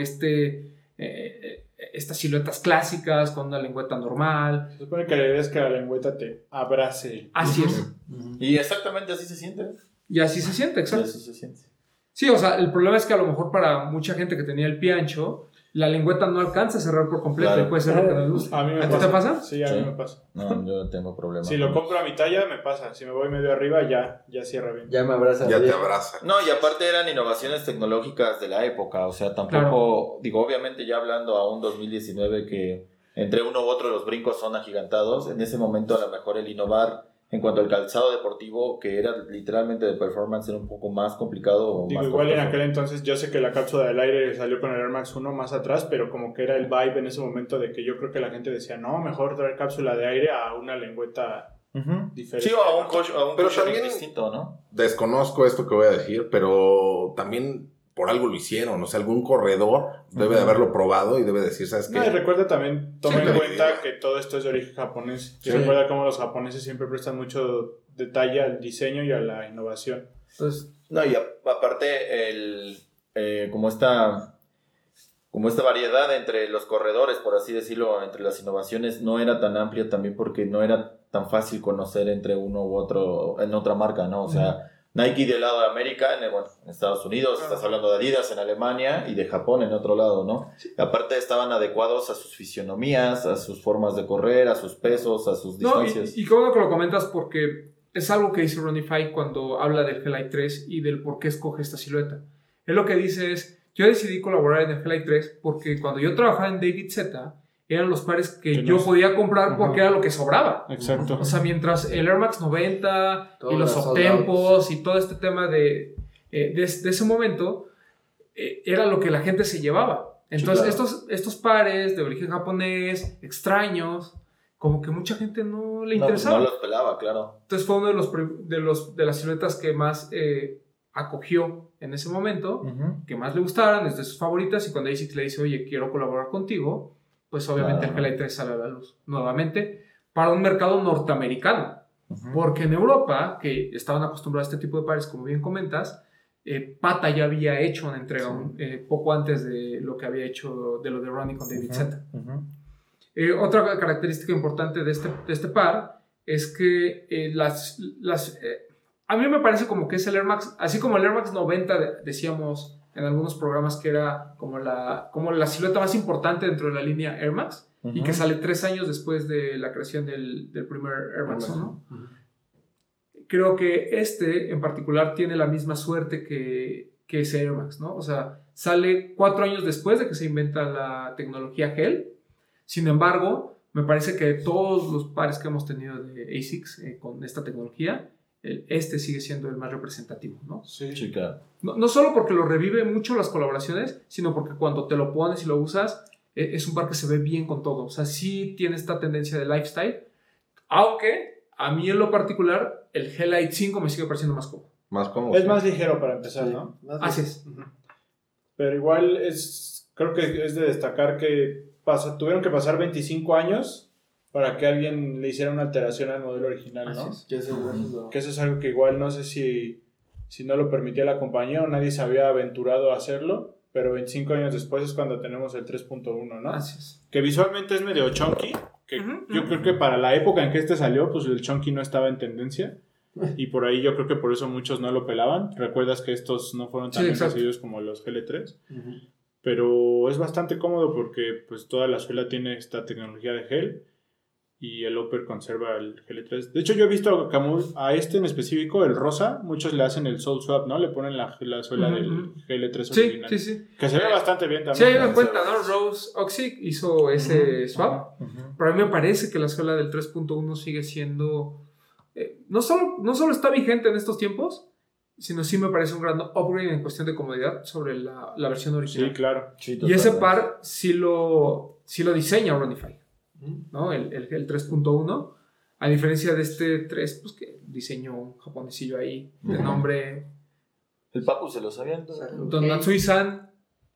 Estas siluetas clásicas con una lengüeta normal. Se supone que la idea es que la lengüeta te abrace. Así es. Y exactamente así se siente. Y así se siente, Y exacto. así se siente. Sí, o sea, el problema es que a lo mejor para mucha gente que tenía el pie ancho, la lengüeta no alcanza a cerrar por completo Claro. y puede ser lo que nos guste. A mí me ¿A ti pasa. te pasa? Sí, a Sí. mí me pasa. No, yo no tengo problema. Si lo compro a mi talla, me pasa. Si me voy medio arriba, ya cierra bien. Ya me abraza. Ya te abraza. No, y aparte eran innovaciones tecnológicas de la época, o sea, tampoco, digo, obviamente ya hablando a un 2019 que entre uno u otro los brincos son agigantados, en ese momento a lo mejor el innovar En cuanto al calzado deportivo, que era literalmente de performance, era un poco más complicado. O Digo, más igual en costoso. aquel entonces yo sé que la cápsula del aire salió con el Air Max 1 más atrás, pero como que era el vibe en ese momento de que yo creo que la gente decía, no, mejor traer cápsula de aire a una lengüeta diferente. Sí, o a un Pero cushioning también- distinto, ¿no? Desconozco esto que voy a decir, pero también por algo lo hicieron. O sea, algún corredor debe de haberlo probado y debe decir, ¿sabes qué? No, y recuerda también, toma Sí, en claro. cuenta que todo esto es de origen japonés. Y Sí. recuerda cómo los japoneses siempre prestan mucho detalle al diseño y a la innovación. Entonces, No, y aparte, como esta variedad entre los corredores, por así decirlo, entre las innovaciones, no era tan amplia también porque no era tan fácil conocer entre uno u otro en otra marca, ¿no? O sea, Nike del lado de América, en Estados Unidos, estás hablando de Adidas en Alemania y de Japón en otro lado, ¿no? Aparte estaban adecuados a sus fisionomías, a sus formas de correr, a sus pesos, a sus No, distancias. y qué bueno que lo comentas porque es algo que dice Ronnie Fike cuando habla del Hellite 3 y del por qué escoge esta silueta. Él lo que dice es, yo decidí colaborar en el Hellite 3 porque cuando yo trabajaba en David Z, eran los pares que yo podía comprar porque era lo que sobraba. Exacto. O sea, mientras el Air Max 90 Todas y los las uptempos y todo este tema de ese momento, era lo que la gente se llevaba. Entonces, Sí, claro. estos pares de origen japonés, extraños, como que mucha gente no le No, interesaba. no los pelaba, claro. Entonces fue uno de las siluetas que más acogió en ese momento, que más le gustaron, es de sus favoritas, y cuando ASICS le dice, oye, quiero colaborar contigo, pues obviamente Claro. el Hellite 3 sale a la luz nuevamente para un mercado norteamericano, porque en Europa, que estaban acostumbrados a este tipo de pares, como bien comentas, Pata ya había hecho una entrega poco antes de lo que había hecho de lo de Ronnie con David Z. Otra característica importante de este par es que a mí me parece como que es el Air Max, así como el Air Max 90 decíamos en algunos programas que era como la silueta más importante dentro de la línea Air Max y que sale 3 años después de la creación del primer Air Max, ¿no? Creo que en particular tiene la misma suerte que ese Air Max, ¿no? O sea, sale 4 años después de que se inventa la tecnología gel. Sin embargo, me parece que todos los pares que hemos tenido de ASICS con esta tecnología, sigue siendo el más representativo, ¿no? Sí. Claro. No solo porque lo revive mucho las colaboraciones, sino porque cuando te lo pones y lo usas, es un par que se ve bien con todo. O sea, sí tiene esta tendencia de lifestyle, aunque a mí en lo particular el Hellite 5 me sigue pareciendo más cómodo. Más cómodo. Es más ligero para empezar, ¿no? Así es. Ujú. Pero igual creo que es de destacar que tuvieron que pasar 25 años para que alguien le hiciera una alteración al modelo original, ¿no? Así es. que eso es lo- Que eso es algo que igual no sé si no lo permitía la compañía o nadie se había aventurado a hacerlo, pero 25 años después es cuando tenemos el 3.1, ¿no? Así es. Que visualmente es medio chunky, que Ujú, yo creo que para la época en que salió, pues el chunky no estaba en tendencia. Y por ahí yo creo que por eso muchos no lo pelaban. Recuerdas que estos no fueron tan Sí, bien exacto. recibidos como los GL3. Ujú. Pero es bastante cómodo porque pues toda la suela tiene esta tecnología de gel y el upper conserva el GL3. De hecho, yo he visto a este en específico, el rosa, muchos le hacen el sole swap, ¿no? Le ponen la suela Ujú, del ujú. GL3 Sí, original. sí, sí. Que se ve bastante bien también. Sí, hay una cuenta, ¿no? Rose Oxy hizo ese swap. Pero a mí me parece que la suela del 3.1 sigue siendo... no solo está vigente en estos tiempos, sino sí me parece un gran upgrade en cuestión de comodidad sobre la versión original. Sí, claro. Sí, Y ese totalmente. par sí lo diseña Ronnie Fike, ¿no? El 3.1, a diferencia de este 3, pues que diseñó un japonesillo ahí de Ujú. nombre El Papu se lo sabía entonces. Don Matsui-san.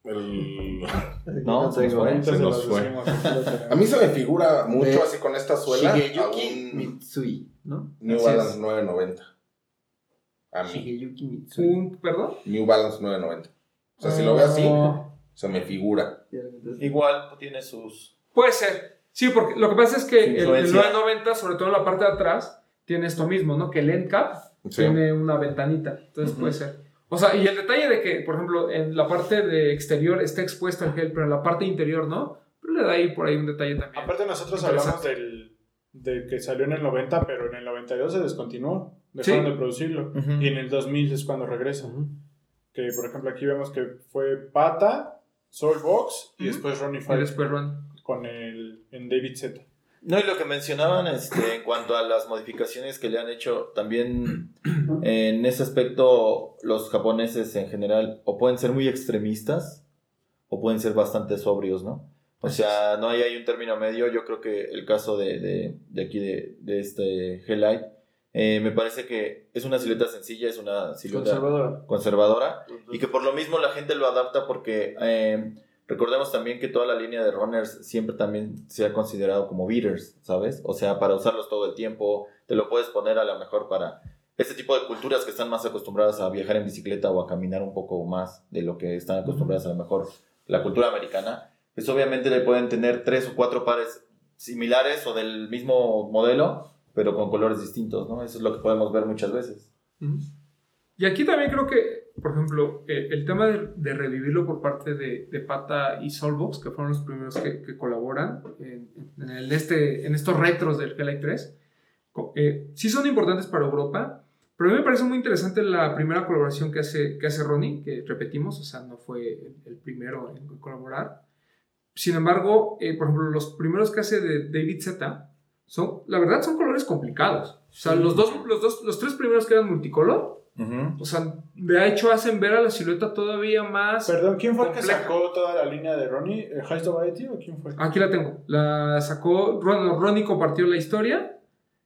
No, se nos fue. Ahorita se nos los fue. decimos, aquí lo tenemos. A mí se me figura mucho De así con esta suela a Shigeyuki un Mitsui, ¿no? New Así Balance es. 990. A mí, Shigeyuki Mitsui. ¿Perdón? New Balance 990. O sea, si lo veo así, No. se me figura. Igual tiene sus... Puede ser. Sí, porque lo que pasa es que el Influencia. 990, sobre todo en la parte de atrás, tiene esto mismo, ¿no? Que el end cap Sí. tiene una ventanita. Entonces puede ser. O sea, y el detalle de que, por ejemplo, en la parte de exterior está expuesto el gel, pero en la parte interior no, pero le da ahí por ahí un detalle también. Aparte nosotros Interesante. hablamos del que salió en el 90, pero en el 92 se descontinuó. Dejaron Sí. de producirlo. Ujú. Y en el 2000 es cuando regresa. Que por ejemplo aquí vemos que fue Pata, Soulbox y Ujú. después Ronnie Y Fike después Ron. en David Z. No, y lo que mencionaban en cuanto a las modificaciones que le han hecho, también en ese aspecto los japoneses en general o pueden ser muy extremistas o pueden ser bastante sobrios, ¿no? O sea, no hay un término medio. Yo creo que el caso de aquí de este Hellite, me parece que es una silueta sencilla, es una silueta conservadora y que por lo mismo la gente lo adapta porque recordemos también que toda la línea de runners siempre también se ha considerado como beaters, ¿sabes? O sea, para usarlos todo el tiempo, te lo puedes poner a lo mejor para este tipo de culturas que están más acostumbradas a viajar en bicicleta o a caminar un poco más de lo que están acostumbradas a lo mejor la cultura americana. Pues obviamente le pueden tener 3 o 4 pares similares o del mismo modelo, pero con colores distintos, ¿no? Eso es lo que podemos ver muchas veces. Y aquí también creo que, por ejemplo, el tema de revivirlo por parte de Pata y Solbox, que fueron los primeros que colaboran en estos retros del Hellite 3, sí son importantes para Europa, pero a mí me parece muy interesante la primera colaboración que hace Ronnie, que repetimos, o sea, no fue el primero en colaborar. Sin embargo, por ejemplo, los primeros que hace de David Z, la verdad son colores complicados. O sea, los 3 primeros que eran multicolor, o sea, de hecho hacen ver a la silueta todavía más. Perdón, ¿quién fue compleja. el que sacó toda la línea de Ronnie? ¿High Society o quién fue? Aquí la tengo. La sacó Ronnie, compartió la historia.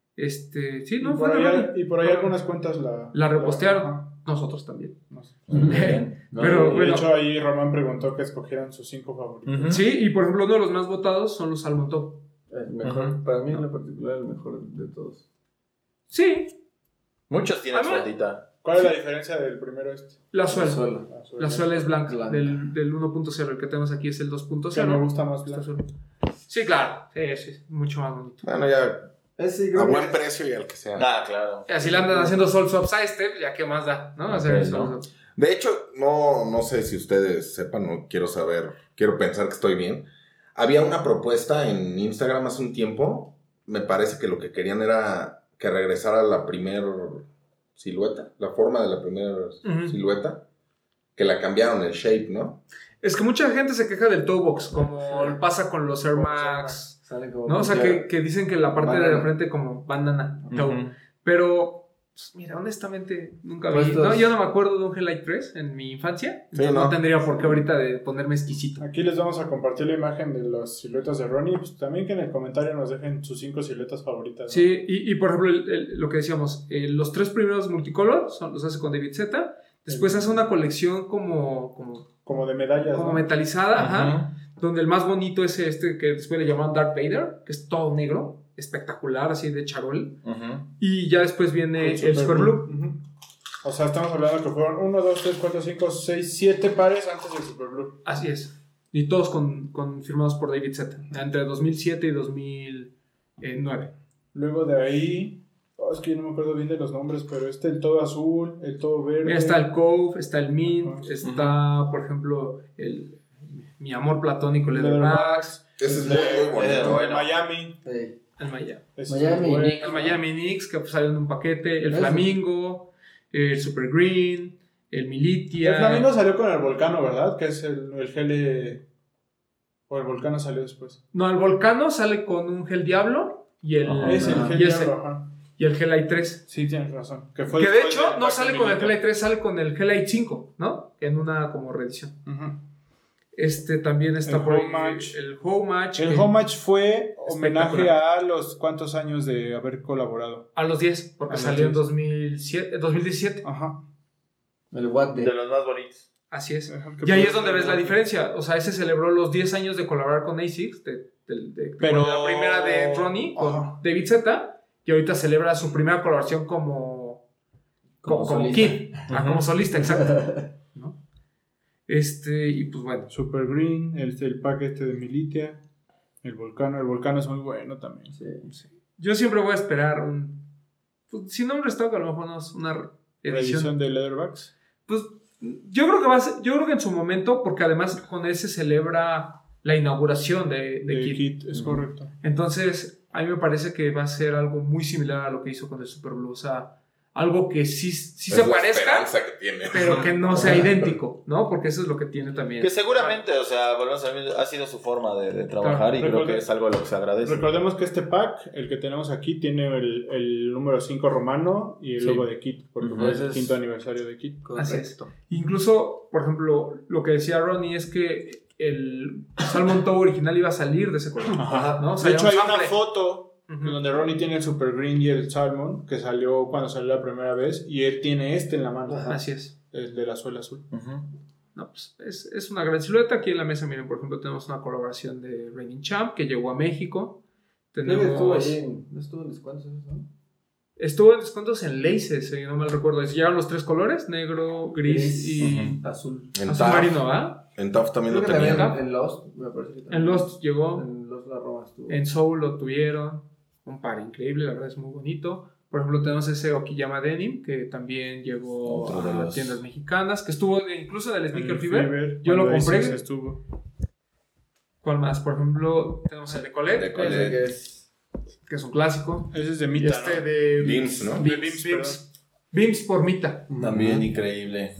Sí, no fue Ronnie. Y por ahí algunas cuentas la repostearon. Nosotros también. No sé. Pero de bueno, hecho, ahí Román preguntó que escogieran sus 5 favoritos. sí, y por ejemplo, uno de los más votados son los Salmon Top. El mejor, para mí en lo particular, el mejor de todos. Sí, Muchos tienen su ondita. ¿Cuál es la diferencia del primero la suela. La La suela es blanca. Del 1.0. El que tenemos aquí es el 2.0. Que me gusta más blanco. Sí, claro. Sí, mucho más bonito. Bueno, ya Sí, a buen precio y al que sea. Ah, claro. Así le andan haciendo sol swaps a ya que más da, ¿no? Hacer Ok, el sol ¿no? swaps. De hecho, no sé si ustedes sepan, no quiero saber, quiero pensar que estoy bien. Había una propuesta en Instagram hace un tiempo, me parece que lo que querían era que regresara la primera silueta, la forma de la primera silueta, que la cambiaron el shape, ¿no? Es que mucha gente se queja del toe box, como pasa con los Air Max, ¿no? O sea, que dicen que la parte de la frente como bandana, toe. Pero, pues, mira, honestamente, nunca vi. No, yo no me acuerdo de un Hellite 3 en mi infancia. Sí, no tendría por qué ahorita de ponerme exquisito. Aquí les vamos a compartir la imagen de las siluetas de Ronnie. Pues también que en el comentario nos dejen sus 5 siluetas favoritas, ¿no? Sí, y por ejemplo, lo que decíamos, los 3 primeros multicolor los hace con David Z. Después hace una colección como de medallas, como ¿no? metalizada, ajá, donde el más bonito es que después le llamaban Darth Vader, que es todo negro, espectacular, así de charol. Y ya después viene el Super Blue. O sea, estamos hablando que fueron 1, 2, 3, 4, 5, 6, 7 pares antes del Super Blue. Así es. Y todos firmados por David Z. Entre 2007 y 2009. Luego de ahí... es que yo no me acuerdo bien de los nombres, pero el todo azul, el todo verde. Mira, está el Cove, está el Mint, está, por ejemplo, mi amor platónico, Leatherback. Ese es muy bonito. El Miami. Sí. El Miami. Miami. El Miami Knicks, que pues salió en un paquete. El Flamingo, el Super Green, el Militia. El Flamingo salió con el Volcano, ¿verdad? Que es el gel... ¿O el Volcano salió después? No, el Volcano sale con un Gel Diablo y el... Es el gel Diablo, ajá. Y el Hellite 3. Sí, tienes razón. Que de hecho no sale con el Hellite 3, sale con el Hellite 5, ¿no? En una como reedición. También está el por Home Match. El Home Match. El Home Match fue homenaje a los cuántos años de haber colaborado. A los 10, porque salió en 2017. Ajá. El What De los más bonitos. Así es. Y ahí es donde ves la diferencia. O sea, ese celebró los 10 años de colaborar con ASICS, pero la primera de Ronnie, con David Z. Y ahorita celebra su primera colaboración como Kid, como solista, exacto, ¿no? Y pues bueno. Super Green, el pack de Militia, el Volcano es muy bueno también. Sí. Yo siempre voy a esperar pues, si no un restock, a lo mejor no es una edición de Leatherbacks. Pues yo creo que yo creo que en su momento, porque además con él se celebra la inauguración de Kid. Es correcto. Entonces, a mí me parece que va a ser algo muy similar a lo que hizo con el Super Blue. O sea, algo que sí Es se la parezca, esperanza que tiene. pero que no sea idéntico, ¿no? Porque eso es lo que tiene también. Que seguramente, o sea, volvemos a ver, ha sido su forma de trabajar y creo que es algo a lo que se agradece. Recordemos que este pack, el que tenemos aquí, tiene el número 5 romano y el logo de Kit, porque fue el quinto aniversario de Kit. Así es. Incluso, por ejemplo, lo que decía Ronnie es que el Salmon Toe original iba a salir de ese color. Ajá. ¿no? O De sea, hecho, hay un una sample. foto donde Ronnie tiene el Super Green y el Salmon, que salió cuando salió la primera vez, y él tiene este en la mano. Así es. El de la suela azul. No, pues es una gran silueta. Aquí en la mesa, miren, por ejemplo, tenemos una colaboración de Reigning Champ que llegó a México. Creo que estuvo allí no estuvo en descuentos, ¿no? Estuvo en descuentos en Laces, si no mal recuerdo. Llegaron los 3 colores, negro, gris y azul. En azul TAF, marino, ¿verdad? en TAF también Creo lo que también tenían. en Lost, me parece que también. En Lost llegó, En Lost la Roma estuvo. en Soul lo tuvieron. Un par increíble, la verdad es muy bonito. Por ejemplo, tenemos ese Okiyama Denim, que también llegó Otro de a los- tiendas mexicanas, que estuvo incluso en el Sneaker El Fever. Yo lo cuando compré. Asics estuvo. ¿Cuál más? Por ejemplo, tenemos el de Colette, De Colette. Ese que es. que es un clásico. Ese es de Y Mita, este ¿no? de Beams, ¿no? De Beams, Beams, Beams por Mita. También increíble.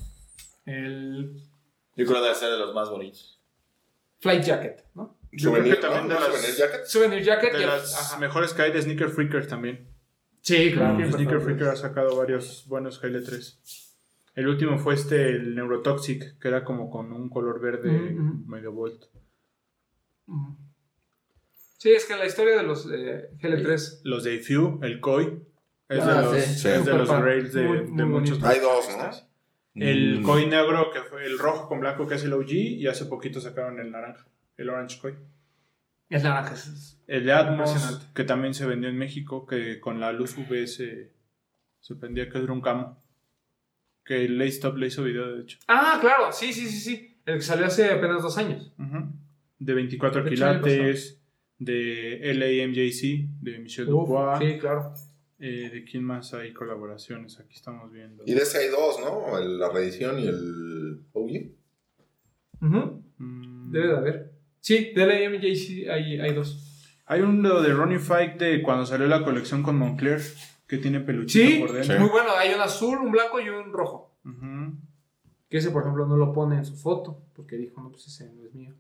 El Yo creo que debe ser de los más bonitos. Flight Jacket, ¿no? Yo creo Souvenir, que también ¿no? de ¿No? las- Souvenir jacket. Souvenir Jacket. De y las ajá. mejores que hay de Sneaker Freakers también. Sí, claro. Sneaker Freaker ha sacado varios buenos GL3. El último fue el Neurotoxic, que era como con un color verde medio volt. Ujú. Sí, es que la historia de los GL3. Los de Few, el Koi, es Ah, de los, sí. es de los Muy rails de, muy de bonito. muchos. Hay dos, ¿no? El Koi negro, que fue el rojo con blanco, que es el OG, y hace poquito sacaron el naranja, el Orange Koi. Es naranja. El de Atmos, Impresionante. que también se vendió en México, que con la luz UV se prendía que era un camo. Que el Lace Top le hizo video, de hecho. Ah, claro. Sí. El que salió hace apenas 2 años. De 24 De hecho, el año quilates, de LAMJC, de Michel Dubois. Sí, claro. ¿De quién más hay colaboraciones? Aquí estamos viendo. Y de ese hay dos, ¿no? La reedición y el OG. Ujú. Mm, Debe de haber. Sí, de la MJC hay 2. Hay uno de Ronnie Fike de cuando salió la colección con Moncler, que tiene peluchito Sí, por dentro. Sí. muy bueno. Hay un azul, un blanco y un rojo. Ujú. Que ese, por ejemplo, no lo pone en su foto. Porque dijo, no, pues ese no es mío.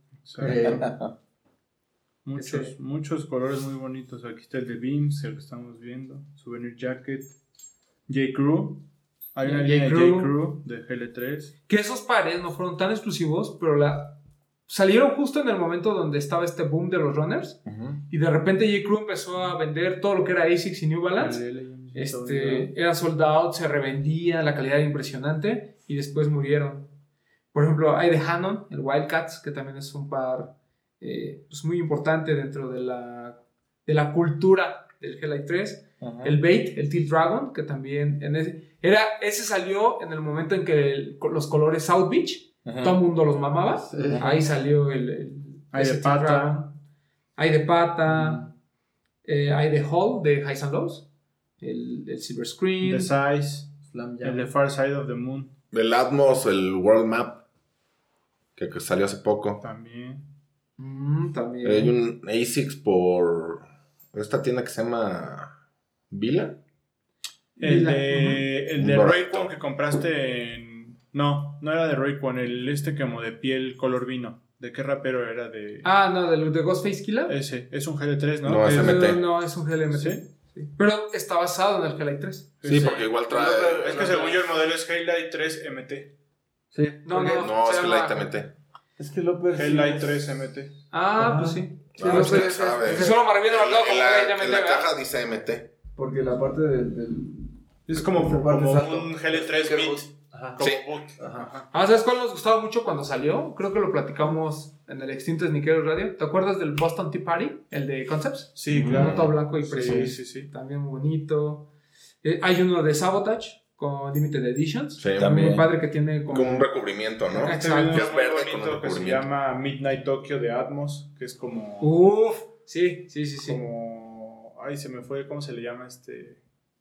Muchos colores muy bonitos. Aquí está el de Beams, el que estamos viendo. Souvenir Jacket. J. Crew. Hay una J. línea de Crew. J. Crew de GL3. Que esos pares no fueron tan exclusivos, pero salieron justo en el momento donde estaba este boom de los runners. Y de repente J. Crew empezó a vender todo lo que era ASICS y New Balance. Era sold out, se revendía, la calidad era impresionante. Y después murieron. Por ejemplo, hay de Hanon, el Wildcats, que también es un par pues muy importante dentro de la cultura del Hellite 3. El Bait, el Teal Dragon, que también ese salió en el momento en que los colores South Beach, todo el mundo los mamaba. Sí. Ahí salió Hay ese de Teal pata. Dragon. Hay de pata. Hay de Hall, de Highs and Lows. El Silver Screen. The Size. Slam El de Jam. Far Side of the Moon. El Atmos, el World Map, que salió hace poco. También. También. Hay un ASICS por esta tienda que se llama Vila. El Mira, de Un Rayquan barato. que compraste en... No era de Rayquan. El como de piel color vino. ¿De qué rapero era? De... No, de Ghostface Killer. Ese. Es un GL3, ¿no? No, es MT. No, es un GLMT. ¿Sí? Sí. Pero está basado en el Hellite 3. Sí, porque igual trae. Es que según yo el modelo es Hellite 3 MT. Sí. No, porque- No, se es que llama- la ITMT. Es que López. Hellite 3 MT. Ajá. Pues sí. Ah, no usted sé, sabe. que solo me reviene marcado En como la, ya en me la pega. caja dice MT. Porque la parte del. Es como Esa parte un exacto. GL3 Mid. Ajá. Como Sí. boot. Ajá. ¿Sabes cuál nos gustaba mucho cuando salió? Creo que lo platicamos en el extinto Sneaker Radio. ¿Te acuerdas del Boston Tea Party? El de Concepts. Sí, Uno claro. todo blanco y precioso. Sí. También muy bonito. Hay uno de Sabotage con Limited Editions. Sí, También también. muy padre que tiene como... Con un recubrimiento, ¿no? Exacto. Hay uno Que es muy verde con un bonito que se recubrimiento. llama Midnight Tokyo de Atmos, que es como... Uf, sí. Como... Ay, se me fue, ¿cómo se le llama Se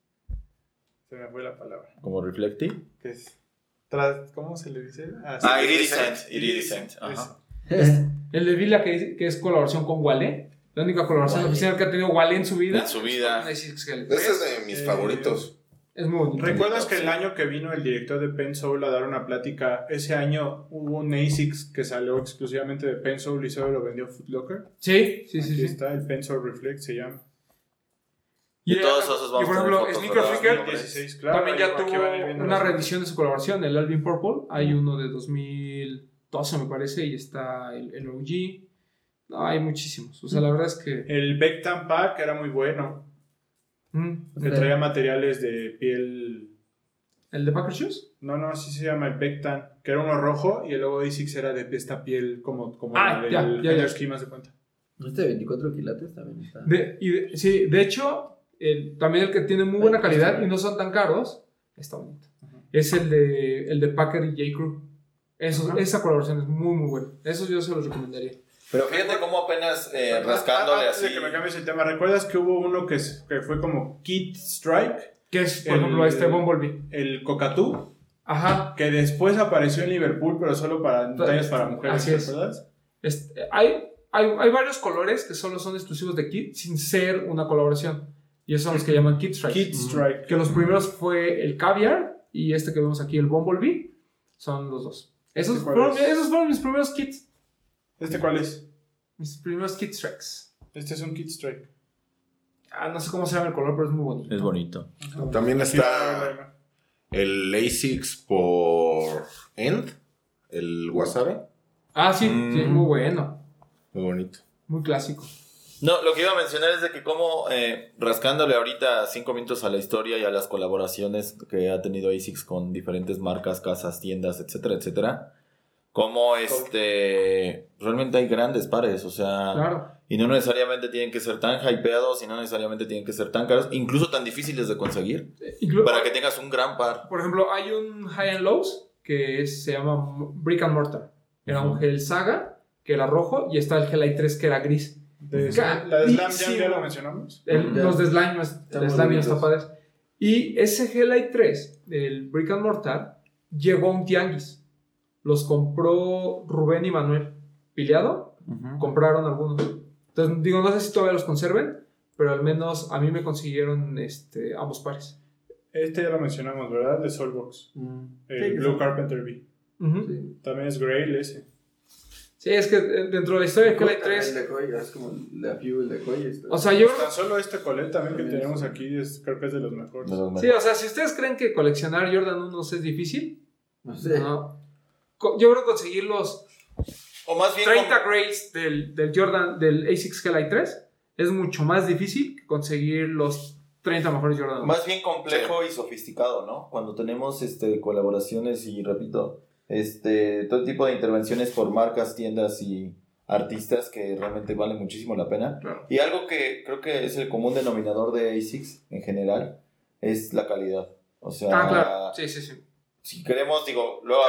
me fue la palabra. Como Reflective. Que es... ¿Cómo se le dice? Iridescent. Ajá. El de Villa que es colaboración con Wale. La única colaboración Wale. oficial que ha tenido Wale en su vida. En su vida. Ahí sí que es el Ese es de mis favoritos. Es muy bonito. ¿Recuerdas que el año que vino el director de Pensoul a dar una plática, ese año hubo un ASICS que salió exclusivamente de Pensoul y solo lo vendió Foot Locker? Sí. Aquí está, el Pensoul Reflect se llama. Y todos esos vamos y por a tener ejemplo, fotos, Sneaker ¿verdad? Freaker 2016, claro. también ya aquí van a ir tuvo viendo una las- reedición de su colaboración, el Alvin Purple. Hay uno de 2012, me parece, y está el OG. No, hay muchísimos. O sea, la verdad es que. El Beckham Pack era muy bueno, que traía materiales de piel... ¿El de Packer Shoes? No, así se llama el Beckham, que era uno rojo y el logo de ASICS era de esta piel como Ah, el ya. Heather Scheme, haz de cuenta. Este de 24 quilates también está. Sí, de hecho, también el que tiene muy buena calidad y no son tan caros, está bonito. Es el de Packer y J. Crew. Esa colaboración es muy, muy buena. Eso yo se los recomendaría. Pero fíjate cómo apenas rascándole Antes de así. que me cambies el tema, ¿recuerdas que hubo uno que fue como Kid Strike? Que es, por ejemplo, Bumblebee. El Cockatoo, Ajá. que después apareció en Liverpool, pero solo para tallas para mujeres, Así es. ¿recuerdas? Hay varios colores que solo son exclusivos de Kid sin ser una colaboración. Y esos son los que llaman Kid Strikes. Kid Strike. Que los primeros fue el Caviar y este que vemos aquí, el Bumblebee. Son los dos. Esos fueron mis primeros kits. ¿Este cuál es? Mis primeros Kid Strikes. Este es un Kid Strike. No sé cómo se llama el color, pero es muy bonito. Es bonito. También Aquí está el ASICS por End, el Wasabi. Sí, muy bueno. Muy bonito. Muy clásico. No, lo que iba a mencionar es de que como rascándole ahorita 5 minutos a la historia y a las colaboraciones que ha tenido ASICS con diferentes marcas, casas, tiendas, etcétera, etcétera, como realmente hay grandes pares, o sea, Claro. y no necesariamente tienen que ser tan hypeados y no necesariamente tienen que ser tan caros, incluso tan difíciles de conseguir, para que tengas un gran par. Por ejemplo, hay un High and Lows que se llama Brick and Mortar. Era un gel Saga, que era rojo, y está el Hellite 3, que era gris. La de Slam Jam ya lo mencionamos. Los de Slime, Están Slime muy está bonitos. padres. Y ese Hellite 3, el Brick and Mortar, llegó a un tianguis. Los compró Rubén y Manuel Piliado. Compraron algunos. Entonces, digo, no sé si todavía los conserven, pero al menos a mí me consiguieron ambos pares. Este ya lo mencionamos, ¿verdad? De Soulbox. El Sí, Blue sí. Carpenter V. Sí. También es Grail ese. Sí, es que dentro de la historia de Hellite 3, El de Koi, es como el de Apiu, el de Koi. o sea, yo Tan solo este Colette también que tenemos aquí creo que es de los mejores. sí, o sea, si ustedes creen que coleccionar Jordan 1 es difícil, No sé. no. Yo creo que conseguir los O más bien 30 grays del Jordan, del ASICS Hellite 3 es mucho más difícil que conseguir los 30 mejores Jordan 1. más bien complejo y sofisticado, ¿no? Cuando tenemos colaboraciones y repito, todo tipo de intervenciones por marcas, tiendas y artistas que realmente valen muchísimo la pena. Claro. Y algo que creo que es el común denominador de ASICS en general es la calidad. O sea, Claro. Sí. si queremos, digo, luego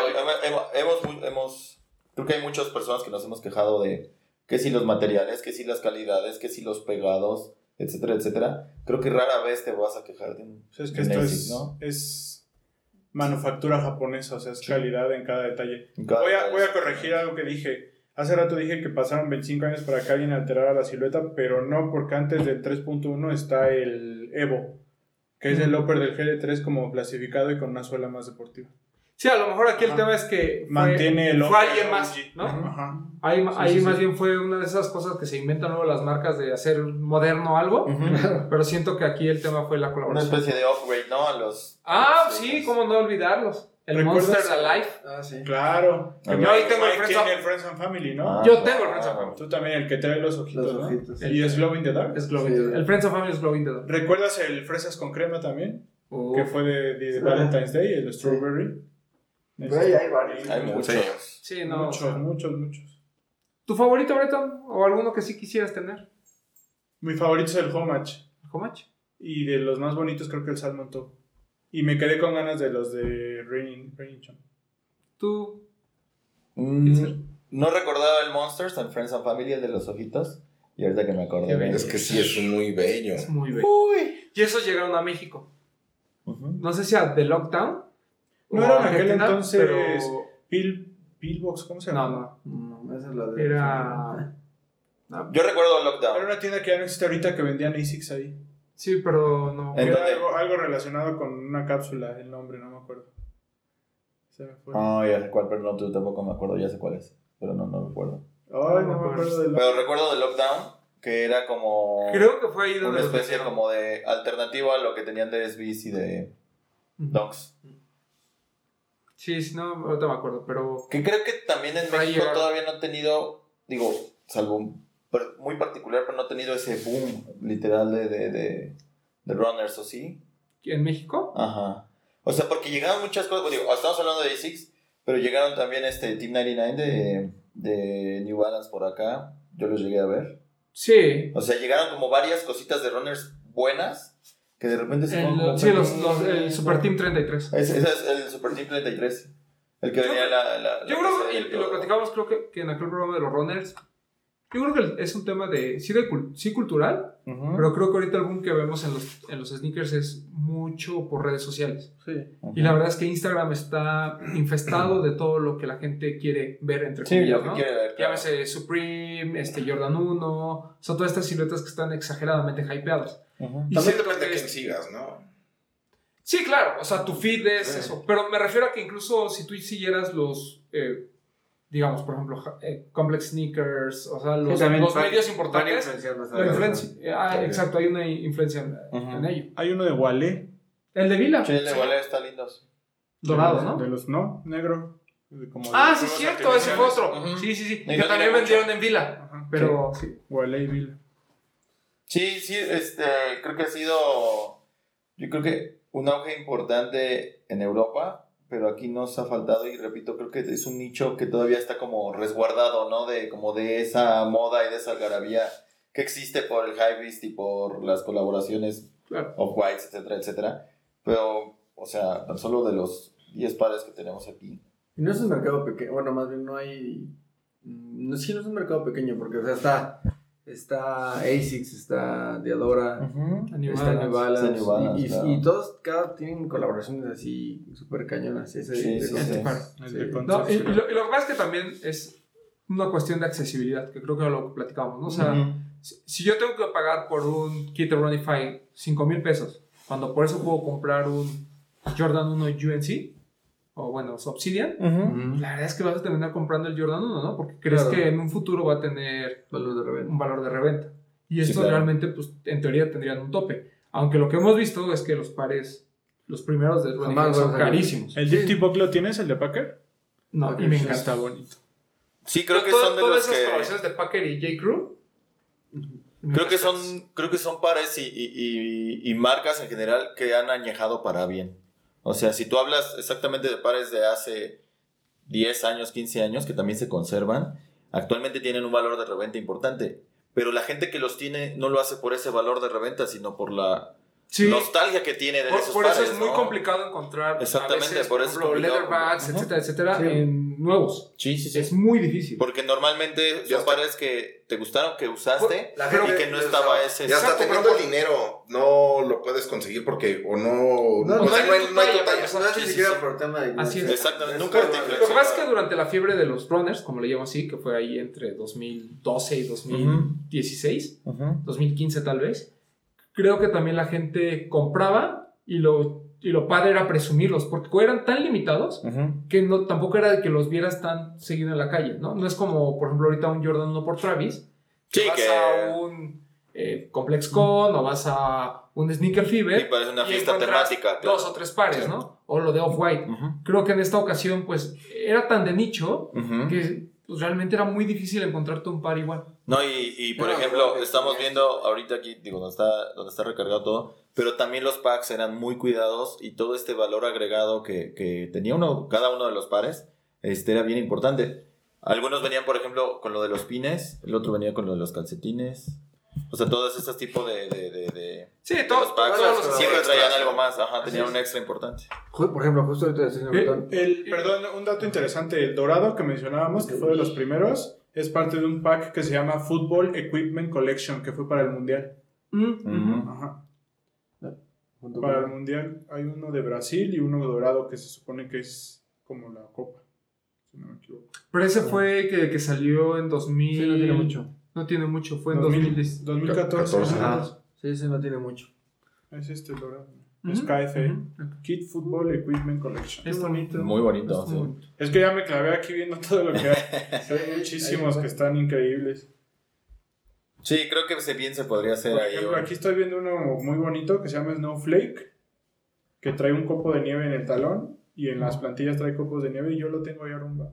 creo que hay muchas personas que nos hemos quejado de que si los materiales, que si las calidades, que si los pegados, etcétera, etcétera. Creo que rara vez te vas a quejar de un, O sea, es que de un esto ASICS, ¿no? es manufactura japonesa, o sea, es calidad en cada detalle. En cada Voy detalle. a corregir algo que dije. Hace rato dije que pasaron 25 años para que alguien alterara la silueta, pero no, porque antes del 3.1 está el Evo, que es el upper del GL3 como clasificado y con una suela más deportiva. Sí, a lo mejor aquí el Ajá. tema es que Mantiene el fue upper alguien más, OG. ¿no? Ajá. Ahí sí, más sí. bien fue una de esas cosas que se inventan luego las marcas de hacer moderno algo, pero siento que aquí el tema fue la Una colaboración. especie de upgrade, ¿no? A los... Sí, cómo no olvidarlos. El ¿Recuerdas? Monster Alive. Sí. Claro. Yo Mike- ahí tengo el Mike Friends tiene el Friends and Family, ¿no? Yo tengo el Friends of Family. Tú también, el que trae los ojitos, Los ¿no? ojitos. ¿Y es Glow in the Dark? Es Glowing Sí. the Dark. El Friends of Family es Glowing the Dark. ¿Recuerdas el Fresas con Crema también? Oh. Que fue de Sí. Valentine's Day, el Strawberry. Pero hay varios. Hay muchos. Sí, no. Muchos. ¿Tu favorito, Breton? ¿O alguno que sí quisieras tener? Mi favorito es el Homage. ¿Homage? Y de los más bonitos creo que el Salmon Toe. Y me quedé con ganas de los de Raining Chan. ¿Tú? No recordaba el Monsters and Friends and Family, el de los ojitos. Y ahorita que me acordé. Qué bello. Es que sí, es muy bello. Es muy bello. Y esos llegaron a México. Ujú. No sé si a The Lockdown. No o era a en aquel Argentina, entonces pero- Pillbox, ¿cómo se llama? No. Esa es la de. Era... Yo recuerdo Era Lockdown. una tienda que ya no existe ahorita que vendían ASICS ahí. Sí, pero no. ¿En Era dónde? algo relacionado con una cápsula, el nombre, no me acuerdo. Se me fue. Ya sé cuál, pero no, tú tampoco me acuerdo, ya sé cuál es. Pero no recuerdo. Ay, no me acuerdo del nombre. Pero recuerdo de Lockdown, que era como Creo que fue ahí donde una los especie metieron. como de alternativa a lo que tenían de SBs y de Docs. Sí, sí, no, ahorita me acuerdo, pero. Que creo que también en Ahí México llegaron. todavía no ha tenido, digo, salvo muy particular, pero no ha tenido ese boom literal de runners, ¿o sí? ¿En México? Ajá. O sea, porque llegaron muchas cosas, pues, digo, estamos hablando de ASICS, pero llegaron también Team 99 de New Balance por acá, yo los llegué a ver. Sí. O sea, llegaron como varias cositas de runners buenas, que de repente se fueron como... Sí, el Super Team 33. Ese es el Super Team 33, el que venía Yo creo que, y lo platicamos, creo que en aquel programa de los runners, yo creo que es un tema de, sí cultural, pero creo que ahorita el boom que vemos en los sneakers es mucho por redes sociales. Sí. Y la verdad es que Instagram está infestado de todo lo que la gente quiere ver, entre Sí, comillas, lo que ¿no? quiere ver. claro. Llámese Supreme, Jordan 1, son todas estas siluetas que están exageradamente hypeadas. Ujú. Y También siento depende de que quién sigas, ¿no? Sí, claro, o sea, tu feed es Sí. eso, pero me refiero a que incluso si tú siguieras los, digamos, por ejemplo, Complex Sneakers, o sea, los medios importantes, la influencia, Ok. exacto, hay una influencia en ello. Hay uno de Wale. El de Vila, Sí, el de Wale está lindo. dorados, ¿no? De los, no, negro. Como de Ah, los sí, juegos cierto, ese fue otro. Ujú. Sí, sí, sí, Y que no también tiene vendieron en Vila, Ajá. pero sí. Wale y Vila. Sí, creo que ha sido, yo creo que un auge importante en Europa, pero aquí nos ha faltado y repito, creo que es un nicho que todavía está como resguardado, ¿no? Como de esa moda y de esa algarabía que existe por el Hypebeast y por las colaboraciones Claro. Off-Whites, etcétera, etcétera. Pero, o sea, tan solo de los 10 pares que tenemos aquí. Y no es un mercado pequeño, bueno, más bien no hay... No, sí, no es un mercado pequeño, porque o sea, está ASICS, está Diadora, A New está New Balance, Está New Balance, y, claro. y todos, cada tienen colaboraciones así súper cañonas. Ese Sí, de sí, los- sí. El de Sí. No, y Concepción. lo que pasa es que también es una cuestión de accesibilidad, que creo que lo platicamos, ¿no? O sea, Ujú. si yo tengo que pagar por un kit de Runify 5,000 pesos, cuando por eso puedo comprar un Jordan 1 UNC, o bueno, Obsidian, Ujú. la verdad es que vas a terminar comprando el Jordan 1, ¿no? Porque crees Claro. que en un futuro va a tener Valor de reventa. un valor de reventa. Y Sí, estos claro. realmente, pues, en teoría tendrían un tope. Aunque lo que hemos visto es que los pares, los primeros de Runify Jamás son van a salir. carísimos. ¿El Deep Tip lo tienes, el de Packer? No, Ok, y me sí, encanta. Está bonito. Sí, creo que Todas- son de todas los esas que... colaboraciones de Packer y J. Crew. Creo que son pares y marcas en general que han añejado para bien. O sea, si tú hablas exactamente de pares de hace 10 años, 15 años, que también se conservan, actualmente tienen un valor de reventa importante. Pero la gente que los tiene no lo hace por ese valor de reventa, sino por la Sí, nostalgia que tiene de esos por pares. eso es muy ¿no? complicado encontrar Exactamente, a veces, por por eso es ejemplo, complicado. leatherbacks, Ujú. etcétera, etcétera, Sí. en nuevos. Sí, sí, Es muy difícil. Porque normalmente Ya son está. pares que te gustaron, que usaste, La y gente que no les estaba usaba. ese... Y hasta Exacto, teniendo pero- el dinero, no lo puedes conseguir porque o no... No, o no sea, hay no hay tu no hay talla, tu talla. pero- No es Sí, ni sí, siquiera sí. por tema de... Así es. Exactamente, nunca por- te Lo que influencia. pasa es que durante la fiebre de los runners, como le llamo así, que fue ahí entre 2012 y 2016, 2015 tal vez, creo que también la gente compraba y lo padre era presumirlos, porque eran tan limitados que no, tampoco era de que los vieras tan seguido en la calle, ¿no? No es como, por ejemplo, ahorita un Jordan 1 por Travis, que Sí, vas que- a un Complex Con o vas a un Sneaker Fever Sí, parece una y fiesta encuentras temática, claro. 2 o 3 pares, Sí. ¿no? O lo de Off-White. Creo que en esta ocasión, pues, era tan de nicho que pues, realmente era muy difícil encontrarte un par igual. No, y por No, ejemplo, no, estamos no. viendo ahorita aquí, digo, donde está recargado todo, pero también los packs eran muy cuidados y todo este valor agregado que tenía cada uno de los pares, era bien importante. Algunos venían, por ejemplo, con lo de los pines, el otro venía con lo de los calcetines. O sea, todos esos tipos de Sí, los todos packs todas las siempre cosas traían extras, algo ¿no? más, ajá, Así tenían es. un extra importante. Por ejemplo, justo ahorita estoy diciendo Perdón, un dato interesante. El dorado que mencionábamos, que fue de los primeros, es parte de un pack que se llama Football Equipment Collection, que fue para el Mundial. Ajá. junto Para el con... Mundial hay uno de Brasil y uno dorado que se supone que es como la copa, si no me equivoco. Pero ese fue que salió en 2000. Sí, no tiene mucho. No tiene mucho, fue en 2000, 2010. 2014. 14. ajá. Ajá. Sí, no tiene mucho. Es este dorado. Ujú, Es KF. ujú. Kid Football Equipment Collection. Es bonito. Muy bonito, Es sí. muy bonito. Es que ya me clavé aquí viendo todo lo que hay. Hay muchísimos que están increíbles. Sí, creo que bien se podría hacer Por ahí. ejemplo, aquí estoy viendo uno muy bonito que se llama Snowflake, que trae un copo de nieve en el talón y en las plantillas trae copos de nieve y yo lo tengo ahí arrumbado.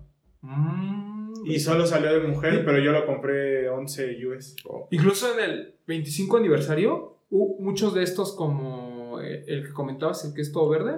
Y solo salió de mujer, pero yo lo compré 11 US. Incluso en el 25 aniversario, muchos de estos, como el que comentabas, el que es todo verde.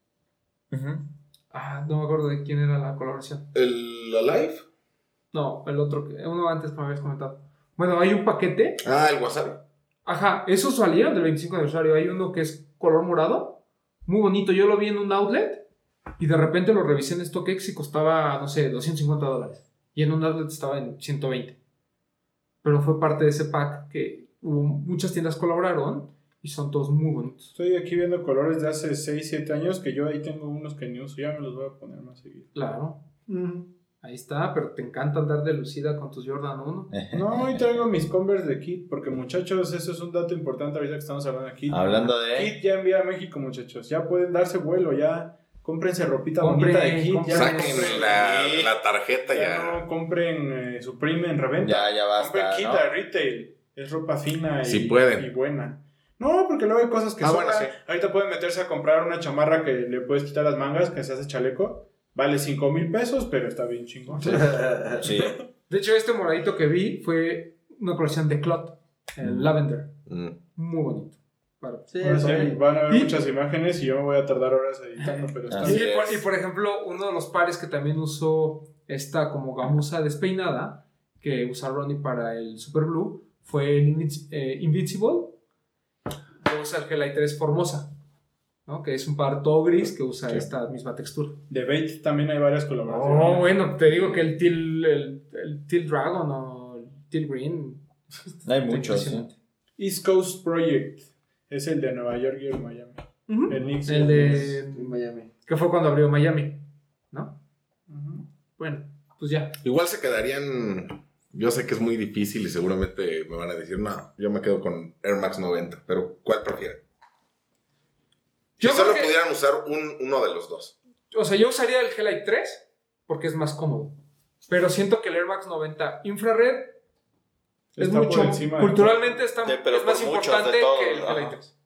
Ujú. No me acuerdo de quién era la coloración. ¿El Alive? No, el otro, uno antes que me habías comentado. Bueno, hay un paquete. El Wasabi. Ajá, esos salían del 25 aniversario. Hay uno que es color morado, muy bonito. Yo lo vi en un outlet y de repente lo revisé en StockX y costaba, no sé, $250. Y en un outlet estaba en 120. Pero fue parte de ese pack que muchas tiendas colaboraron y son todos muy bonitos. Estoy aquí viendo colores de hace 6, 7 años que yo ahí tengo unos que ni uso. Ya me los voy a poner más seguido. Claro. Ahí está, pero te encanta andar de lucida con tus Jordan 1. No, hoy traigo mis Converse de Kit, porque muchachos, eso es un dato importante ahorita que estamos hablando de Kit. Hablando de... Kit ya envía a México, muchachos. Ya pueden darse vuelo, ya cómprense ropita Compren- bonita de Kit. Ya Saquen compren- la tarjeta ya ya. no compren Supreme en reventa. Ya basta, Compren Kit ¿no? a retail. Es ropa fina y, Sí pueden. y buena. No, porque luego hay cosas que sobran. Bueno, sí. Ahorita pueden meterse a comprar una chamarra que le puedes quitar las mangas, que se hace chaleco. Vale 5,000 pesos, pero está bien chingón. Sí. De hecho, este moradito que vi fue una colección de Clot, el Lavender. Muy bonito. Claro. Sí, Ahora sí, sí. van a ver Y- muchas imágenes y yo me voy a tardar horas editando, pero está Así Y, bien. es. por ejemplo, uno de los pares que también usó esta como gamuza despeinada que usa Ronnie para el Super Blue fue el Invincible, que usa el G-Lite 3 Formosa, ¿no? Que es un par todo gris que usa Sí. esta misma textura. De Bait también hay varias colaboraciones. Oh, bueno, te digo que el Teal Dragon o el Teal Green. Hay está muchos, sí. impresionante. East Coast Project es el de Nueva York y el Miami. Ujú. El Knicks. El de. En Miami. Que fue cuando abrió Miami, ¿no? Ujú. Bueno, pues ya. Igual se quedarían. Yo sé que es muy difícil y seguramente me van a decir, no, yo me quedo con Air Max 90, pero ¿cuál prefieren? Si Yo solo creo que- pudieran usar uno de los dos. O sea, yo usaría el G-Lite 3 porque es más cómodo. Pero siento que el Air Max 90 Infrared es Está por mucho. encima de Culturalmente Sí, pero es más por muchos importante de todos, que el ajá. G-Lite 3.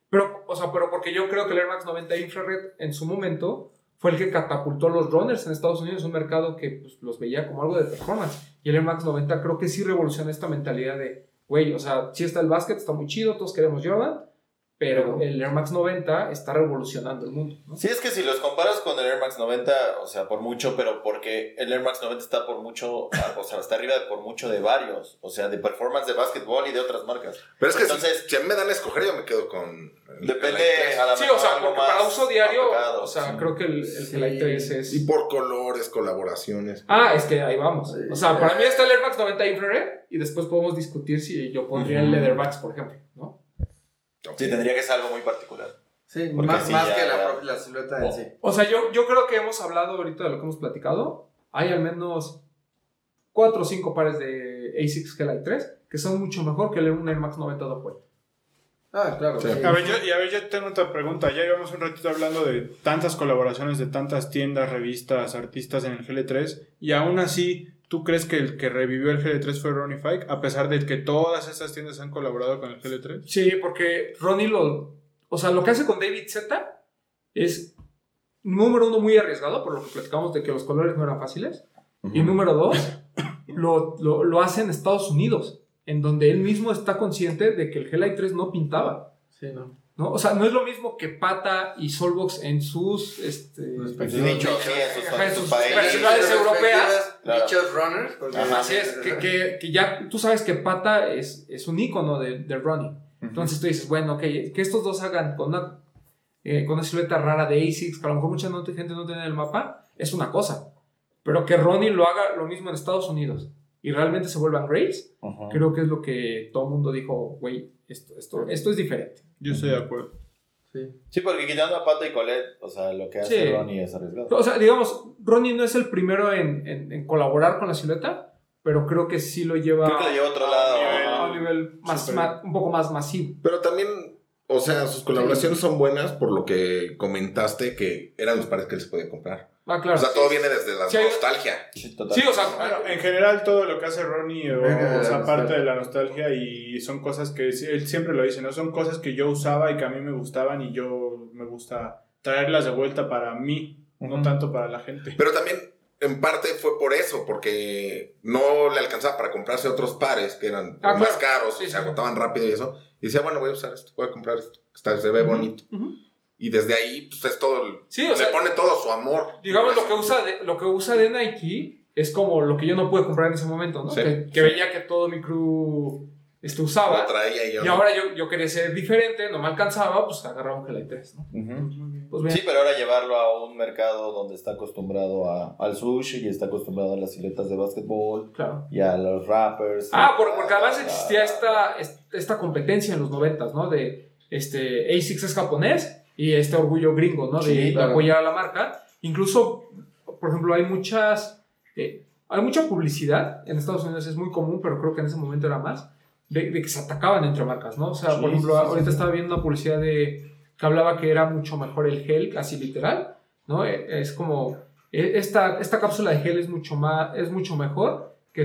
Pero porque yo creo que el Air Max 90 Infrared en su momento fue el que catapultó a los runners en Estados Unidos, un mercado que pues, los veía como algo de performance. Y el Air Max 90 creo que sí revoluciona esta mentalidad de, güey, o sea, sí está el básquet, está muy chido, todos queremos Jordan, pero el Air Max 90 está revolucionando el mundo, ¿no? Sí, es que si los comparas con el Air Max 90, o sea, por mucho, pero porque el Air Max 90 está por mucho, o sea, está arriba por mucho de varios, o sea, de performance de básquetbol y de otras marcas. Pero es que Entonces- si a mí me dan a escoger, yo me quedo con... el Depende G-Lite 3. a la Sí, mejor o sea, algo porque más para uso diario, apagado, o sea, sí. creo que el G-Lite 3 es... Y por colores, colaboraciones. Es que ahí vamos. Sí. O sea, para mí está el Air Max 90 Infrared y después podemos discutir si yo pondría el Leatherbacks, por ejemplo, ¿no? Sí, tendría que ser algo muy particular. Sí, Porque más, sí, más ya- que ya- la silueta en sí. O sea, yo creo que hemos hablado ahorita de lo que hemos platicado. Hay al menos 4 o 5 pares de ASICS G-Lite 3 que son mucho mejor que un Air Max 90 2 vueltas. Claro. Sí. Sí. A ver, yo tengo otra pregunta. Ya llevamos un ratito hablando de tantas colaboraciones de tantas tiendas, revistas, artistas en el GL3 y aún así, ¿tú crees que el que revivió el GL3 fue Ronnie Fike? A pesar de que todas esas tiendas han colaborado con el GL3. Sí, porque Ronnie o sea, lo que hace con David Z es, número uno, muy arriesgado, por lo que platicamos de que los colores no eran fáciles. Y número dos, lo hace en Estados Unidos, en donde él mismo está consciente de que el G-Lite 3 no pintaba, Sí, ¿no? ¿no? O sea, no es lo mismo que Pata y Solbox en sus... Sí, dicho, sí, Ajá, en en sus sus países. ciudades europeas. Claro. Dichos runners. porque- Ajá. Así es, que ya tú sabes que Pata es un ícono de Ronnie. Entonces tú dices, bueno, ok, que estos dos hagan con una silueta rara de ASICS, que a lo mejor mucha gente no tiene en el mapa, es una cosa. Pero que Ronnie lo haga lo mismo en Estados Unidos y realmente se vuelvan greats, Ajá. creo que es lo que todo el mundo dijo, güey, esto es diferente. Yo estoy de acuerdo. Sí. Sí, porque quitando a Pato y Colette, o sea, lo que hace Sí. Ronnie es arriesgado. O sea, digamos, Ronnie no es el primero en colaborar con la silueta, pero creo que sí lo lleva Creo que lo lleva a otro lado. nivel- a un nivel Súper. un poco más masivo. Pero también O sea, sus colaboraciones son buenas por lo que comentaste que eran los pares que él se podía comprar. Ah, claro. O sea, todo viene desde la Sí, nostalgia. Sí, total. Sí, o sea, Bueno, en general todo lo que hace Ronnie, Viene de la o sea, parte nostalgia. de la nostalgia y son cosas que él siempre lo dice, ¿no? Son cosas que yo usaba y que a mí me gustaban y yo me gusta traerlas de vuelta para mí, no tanto para la gente. Pero también, en parte, fue por eso, porque no le alcanzaba para comprarse otros pares que eran Ah, más claro. caros, Sí, se sí. agotaban rápido y eso. Y decía, bueno, voy a usar esto, voy a comprar esto. Se ve bonito. Ujú. Y desde ahí, pues es todo. Sí, o le sea, pone todo su amor. digamos, lo que usa de Nike es como lo que yo no pude comprar en ese momento, ¿no? Sí. Que veía que todo mi crew usaba. Lo traía y yo. Y no. ahora yo quería ser diferente, no me alcanzaba, pues agarraba un Gelai 3, ¿no? Pues bien. Sí, pero ahora llevarlo a un mercado donde está acostumbrado al sushi y está acostumbrado a las siluetas de básquetbol Claro. y a los rappers. Porque además existía esta competencia en los 90s, ¿no? De ASICS es japonés y este orgullo gringo, ¿no? Sí, De claro. apoyar a la marca. Incluso, por ejemplo, hay mucha publicidad en Estados Unidos, es muy común, pero creo que en ese momento era más, de que se atacaban entre marcas, ¿no? O sea, Sí, por ejemplo, sí, sí, ahorita sí. estaba viendo una publicidad que hablaba que era mucho mejor el gel, casi literal, ¿no? Es como, esta cápsula de gel es mucho mejor que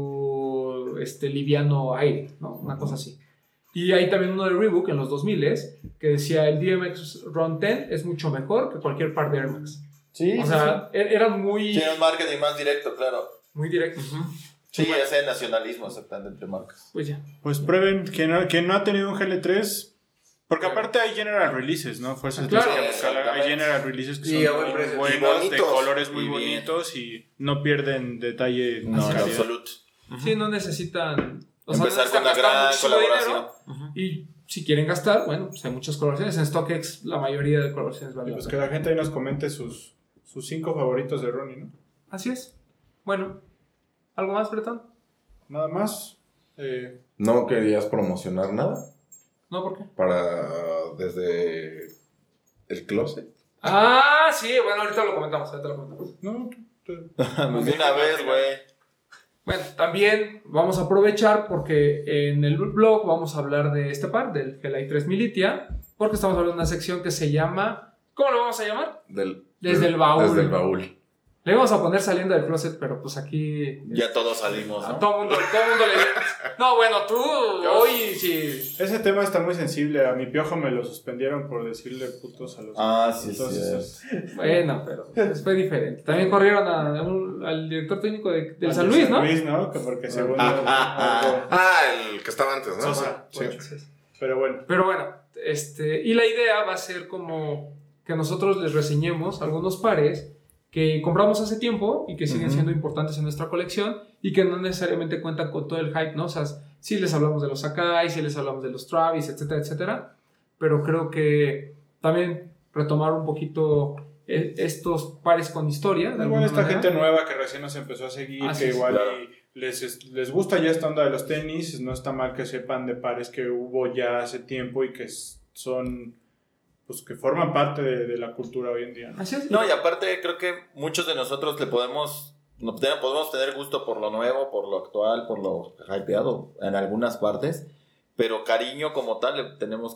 tu liviano aire, ¿no? Una cosa así. Y hay también uno de Reebok en los 2000s que decía el DMX Run 10 es mucho mejor que cualquier par de Air Max. Sí, O sea, eran muy, tiene un marketing más directo, claro. muy directos. Sí, ese nacionalismo aceptando entre marcas. Pues ya. Pues prueben, quien no ha tenido un GL3, porque aparte hay general releases, ¿no? Fuerzas Claro, de buscar, hay exactamente. general releases que Y a son buen muy precio. Y buenos, de bonitos. colores muy Y bien. bonitos y no pierden detalle. No, en calidad. absoluto. Sí, no necesitan. O sea, Empezar no con una necesitan gastar gran muchísimo colaboración. dinero. Y si quieren gastar, bueno, pues hay muchas colaboraciones. En StockX la mayoría de colaboraciones Y valen. pues la que pena. la gente ahí nos comente sus 5 favoritos de Ronnie, ¿no? Así es. Bueno, ¿algo más, Bretón? Nada más. ¿No querías promocionar nada? No, ¿por qué? Desde el closet. Ah, sí, bueno, ahorita lo comentamos. No, De una vez, güey. Bueno, también vamos a aprovechar porque en el blog vamos a hablar de este par, del Gelai 3 Militia, porque estamos hablando de una sección que se llama... ¿Cómo lo vamos a llamar? Desde el baúl. Desde el baúl. Le íbamos a poner saliendo del closet, pero pues aquí... Ya todos salimos, A ¿no? todo mundo le... No, bueno, tú hoy sí... ese tema está muy sensible. A mi piojo me lo suspendieron por decirle putos a los. Ah, sí, Entonces, sí. Bueno, pero fue diferente. También corrieron al director técnico del al San de Luis, ¿no? Luis, ¿no? Que porque según. El que estaba antes, ¿no? Sosa. Sí. Pero bueno. Pero bueno, y la idea va a ser como que nosotros les reseñemos algunos pares que compramos hace tiempo y que siguen siendo importantes en nuestra colección y que no necesariamente cuentan con todo el hype, ¿no? O sea, sí les hablamos de los Akai, sí les hablamos de los Travis, etcétera, etcétera, pero creo que también retomar un poquito estos pares con historia. de Igual alguna esta manera. gente nueva que recién nos empezó a seguir, Así que es, igual claro. y les gusta ya esta onda de los tenis, no está mal que sepan de pares que hubo ya hace tiempo y que son, pues que forman parte de la cultura hoy en día, ¿no? Así es. No, y aparte creo que muchos de nosotros podemos tener gusto por lo nuevo, por lo actual, por lo hypeado en algunas partes, pero cariño como tal le tenemos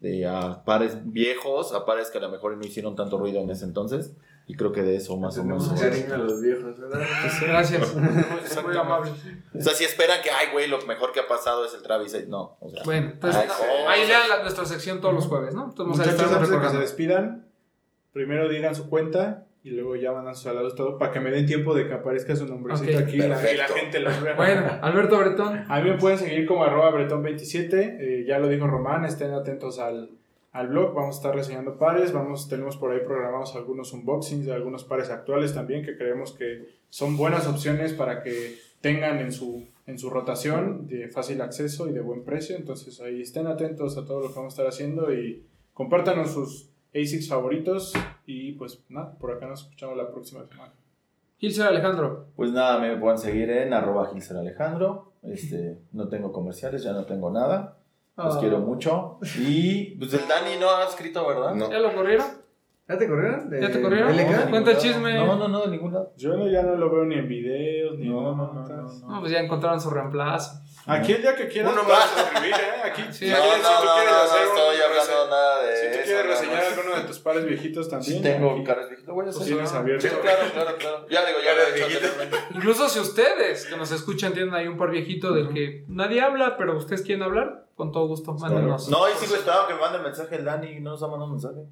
a pares viejos, a pares que a lo mejor no hicieron tanto ruido en ese entonces, y creo que de eso más o menos. Tenemos cariño a los viejos, ¿verdad? Gracias. Muy amable. O sea, si esperan que, ay, güey, lo mejor que ha pasado es el Travis, no. O sea, Bueno, entonces Ay, ahí lean nuestra sección todos los jueves, ¿no? Entonces, ahí Muchachos, estamos antes de que se recordando. despidan, primero digan su cuenta y luego ya mandan sus saludos todo para que me den tiempo de que aparezca su nombrecito Ok, aquí y la perfecto. gente los vea. Bueno, Alberto Bretón. A mí me pueden seguir como @bretón27, ya lo dijo Román, estén atentos al blog, vamos a estar reseñando pares, tenemos por ahí programados algunos unboxings de algunos pares actuales también que creemos que son buenas opciones para que tengan en su rotación de fácil acceso y de buen precio, entonces ahí estén atentos a todo lo que vamos a estar haciendo y compártanos sus ASICs favoritos y pues nada, por acá nos escuchamos la próxima semana. Gilser Alejandro. pues nada, me pueden seguir en @GilserAlejandro. No tengo comerciales, ya no tengo nada. Los quiero mucho. Y pues el Dani no ha escrito, ¿verdad? No. ¿Ya lo corrieron? ¿Ya te corrieron? ¿Ya te corrieron? LK? Cuenta el chisme. No, de ningún lado. Yo ya no lo veo ni en videos ni en notas. No, pues ya encontraron su reemplazo. Aquí el día que quieras Uno puedes más. escribir, Aquí Sí. si quieres, si tú quieres hacer estoy un hablando nada de Si tú eso, quieres nada reseñar más. alguno de tus pares viejitos también. Sí, tengo aquí caras viejitas, lo voy a lo hacer. tienes abierto. Sí, claro. Ya lo he hecho anteriormente. Incluso si ustedes que nos escuchan tienen ahí un par viejito del que nadie habla, pero ustedes quieren hablar, con todo gusto, mándenos. No, y sigo esperando que me mande mensaje el Dani, no nos ha mandado un mensaje.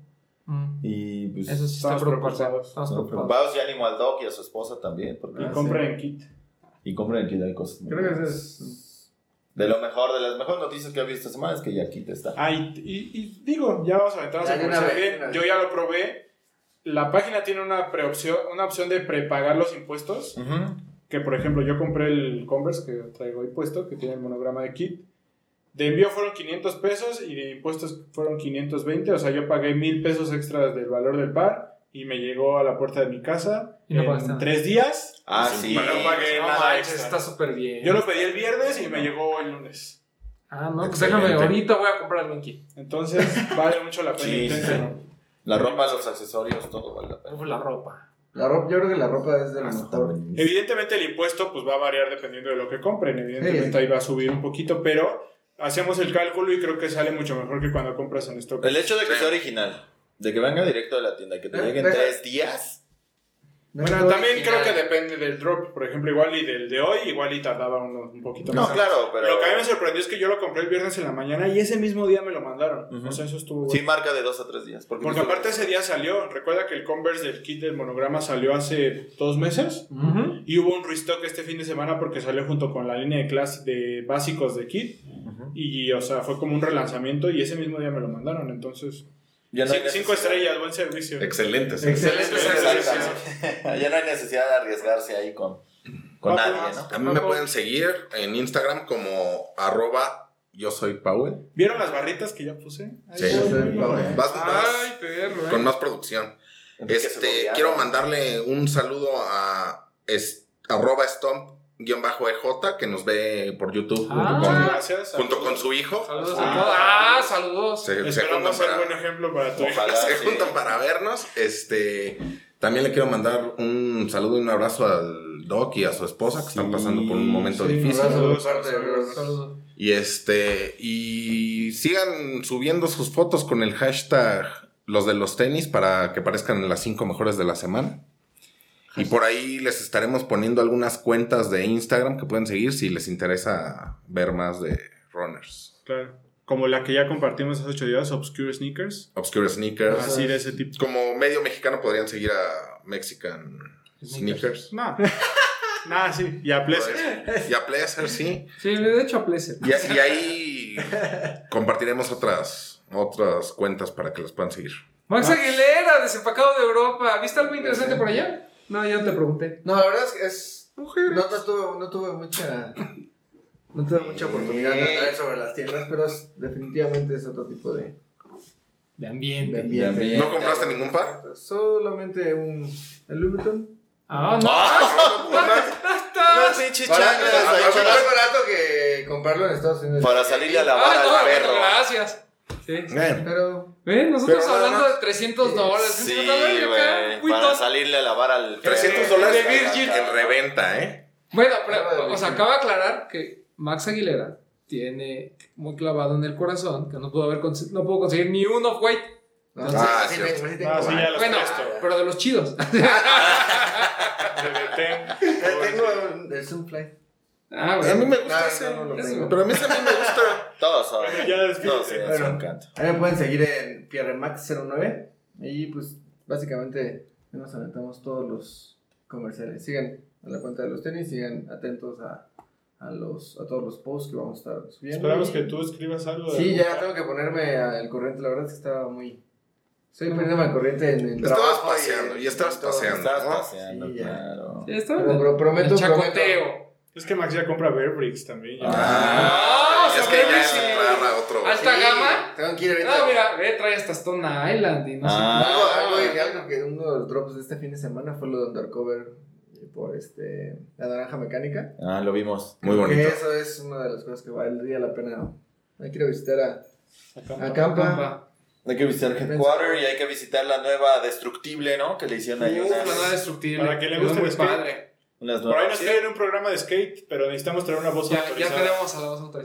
Y pues Eso sí está Estamos preocupado. Estamos estamos preocupados. preocupados, y ánimo al Doc y a su esposa también. Porque Y compren en kit. Y compren aquí, hay cosas muy Creo que buenas. ese es. De lo mejor, de las mejores noticias que he visto esta semana es que ya aquí te está. Ah, y digo, ya vamos a aventarnos Ya, a de una comercial vez, bien. de una Yo ya lo probé. La página tiene una opción de prepagar los impuestos. Que por ejemplo, yo compré el Converse que traigo ahí puesto, que tiene el monograma de kit. De envío fueron 500 pesos y de impuestos fueron 520. O sea, yo pagué 1,000 pesos extras del valor del par y me llegó a la puerta de mi casa Y no en pagaste nada. 3 días. Ah, sí. No pagué No nada manches, extra. está súper bien. Yo lo pedí el viernes y me llegó el lunes. Ah, no, pues Excelente. déjame, ahorita voy a comprar el Linky. Entonces, vale mucho la pena. Sí, inténtenlo. La ropa, los accesorios, todo vale la pena. Uf, la ropa. La ropa, yo creo que la ropa es de lo mejor. Evidentemente el impuesto pues va a variar dependiendo de lo que compren. Evidentemente Sí. ahí va a subir un poquito, pero hacemos el cálculo y creo que sale mucho mejor que cuando compras en stock. El hecho de que sea original, de que venga directo de la tienda y que te lleguen deja- 3 días. Bueno, también creo que depende del drop. Por ejemplo, igual y del de hoy, igual y tardaba un poquito No, más. claro, pero. Lo que a mí me sorprendió es que yo lo compré el viernes en la mañana y ese mismo día me lo mandaron. Ujú. O sea, eso estuvo Sí, bueno. marca de 2 a 3 días. Porque aparte ese día salió. Recuerda que el Converse del kit del monograma salió hace 2 meses. Ujú. Y hubo un restock este fin de semana porque salió junto con la línea de clase de básicos de kit. Y, o sea, fue como un relanzamiento y ese mismo día me lo mandaron. Entonces, Ya no hay 5 necesidad. estrellas, buen servicio. Excelente. sí. Excelente. Exactamente. Ya no hay necesidad de arriesgarse ahí con nadie, ¿no? A mí me pueden seguir en Instagram como @yo soy Powell. ¿Vieron las barritas que ya puse? Ahí Sí. está. Vas Ay, perro, con más producción. Enrique Segoviano. Quiero mandarle un saludo a @stomp_EJ que nos ve por YouTube Ah. Gracias. junto con su hijo. Saludos a todos. Ah, saludos. Se juntan Esperamos ser buen para, ejemplo para tu hija. Ojalá. se sí. juntan para vernos. También le quiero mandar un saludo y un abrazo al Doc y a su esposa que están pasando por un momento Sí, difícil. saludos, Saludos. Saludos. Y sigan subiendo sus fotos con el hashtag los de los tenis para que parezcan en las 5 mejores de la semana. Y por ahí les estaremos poniendo algunas cuentas de Instagram que pueden seguir si les interesa ver más de runners. Claro. Como la que ya compartimos hace 8 días, Obscure Sneakers. Obscure Sneakers. Así de ese tipo. Como medio mexicano podrían seguir a Mexican Sneakers. No. Nada, sí. Y a Pleasure. Y a Pleasure, sí. Sí, de hecho a Pleasure. Y ahí compartiremos otras cuentas para que las puedan seguir. Max Aguilera, desempacado de Europa. ¿Viste algo interesante por allá? No, ya te pregunté. No, la verdad es no tuve mucha oportunidad de andar sobre las tiendas, pero definitivamente es otro tipo de ambiente. ambiente. ¿No compraste ningún par? Solamente el Louis Vuitton. Ah, no. No, sí, chichangas, ahí Más para- barato que comprarlo en Estados Unidos. Para salirle a lavar Ah, no, al perro. gracias. Sí. Bien. Pero ¿Ven? Nosotros Pero nada hablando más. de $300. Sí, $300 acá, güey. Para salirle a lavar al perro. $300 de Virgin. en reventa, ¿eh? Bueno, pero, o sea, acaba de aclarar que Max Aguilera tiene muy clavado en el corazón que no pudo conseguir ni un off-white. no, Ah, sí, cierto. sí tengo Ah, sí, ya los Bueno, presto. pero de los chidos. tengo el Sunfly. Ah, A mí bueno. me gusta ese. No lo Eso. tengo. Pero a mí también me gusta. Todos son. Bueno, ya despídete. Todos tienen su Bueno. encanto. Ahí me pueden seguir en PierreMax09 y pues básicamente nos aventamos todos los comerciales. Sigan a la cuenta de los tenis, sigan atentos a todos los posts que vamos a estar subiendo. Esperamos Y- que tú escribas algo. Sí, ya tengo que ponerme al corriente, la verdad es que estaba muy... Estoy poniéndome al corriente en el Estabas trabajo. paseando, y estabas todo. paseando. Estabas ¿no? paseando, Sí, ya. claro. Sí, está Pero bien. prometo, El chacoteo. Es que Max ya compra Bear Bricks también. ya. Ah, es o sea, que ya Bear es Bricks, entrar a otro. ¿Alta gama? Tengo que ir ahorita. No, mira, ve, trae hasta Stone Island y no sé. Algo que uno de los drops de este fin de semana fue lo de Undercover por la naranja mecánica. Ah, lo vimos. Muy Que bonito. eso es una de las cosas que valdría la pena. Hay que ir a visitar a Acá. Campa. Compa. Hay que visitar Headquarter y hay que visitar la nueva Destructible, ¿no? Que le hicieron ahí Uf, unas, la nada destructible. Para que le Quedó guste muy el skate. padre. unas Por ahí nuevas. nos quieren un programa de skate, pero necesitamos traer una voz Ya autorizada. tenemos a la voz autorizada.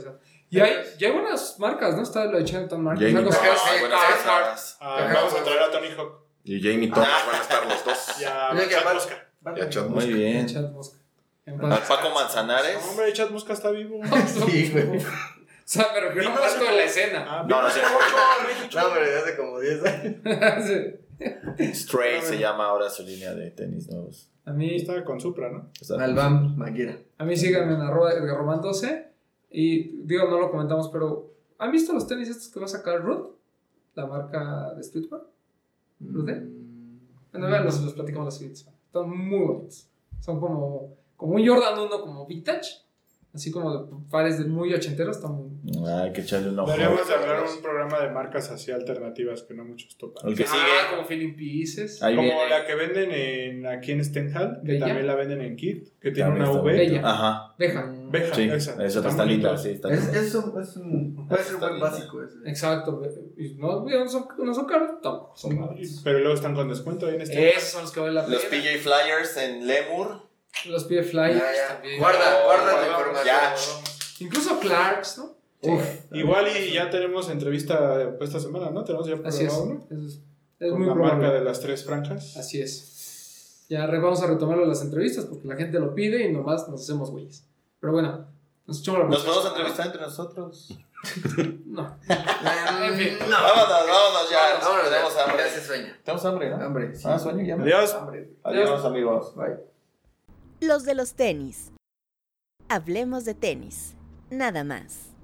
Y hay buenas marcas, ¿no? Está lo de Chelton Marcos. Jamie Algo que Foxx, hace buenas Carhartt. cosas. Vamos a traer a Tony Hawk. Y Jamie Thomas van a estar los dos. Y a Mira que Chad aparte- Mosca. Y a Chad Muy Mosca. bien. Chad Mosca. Al Paco Manzanares. No, hombre, Chad Mosca está vivo. Sí, güey. O sea, me refiero a esto de la escena. Ah, No, no sé. No, pero desde hace como 10 años. Sí. Stray se llama ahora su línea de tenis nuevos. A mí Está con Supra, ¿no? Está- Albam, Maguira. síganme en @EdgarRoman12. Y digo, no lo comentamos, pero ¿han visto los tenis estos que va a sacar Ruth? La marca de streetwear. ¿Rude? Bueno, vean, los platicamos las siguientes. Están muy bonitos. Son como un Jordan 1 como vintage. Así como de pares de muy ochenteros. Están muy... Hay que echarle un ojo. Deberíamos de hablar un programa de marcas así alternativas que no muchos topan. El que sigue. como Feeling Pieces. Ahí Como viene. la que venden aquí en Stenhal, que Bella. también la venden en Kit, que tiene También una está V. Bella. Ajá. Deja. Beja, Sí, esa. esa está linda. bonita. Sí, está Es linda. un puede ser un Está buen linda. básico ese. Exacto. Y no son caros, tampoco son baratos. Pero luego están con descuento ahí en este. Esos son los que valen la pena. Los PJ Flyers en Lemur. Los PJ Flyers Ya. también. Guarda la guardamos, información. ya. Incluso Clarks, ¿no? Igual y ya tenemos entrevista esta semana, ¿no? Tenemos ya Así es. programado uno. Es Con muy la probable. marca de las 3 franjas. Así es. Ya vamos a retomarlo las entrevistas porque la gente lo pide y nomás nos hacemos güeyes. Pero bueno, nos echamos la Nos próxima podemos semana. entrevistar entre nosotros. No. En fin. No. Vámonos ya. Vámonos, Tenemos ya. hambre. Ya se sueña. Tenemos hambre, ¿no? Hambre. Sí. Sueño y hambre. Adiós. Hambre. Adiós, amigos. Bye. Los de los tenis. Hablemos de tenis. Nada más.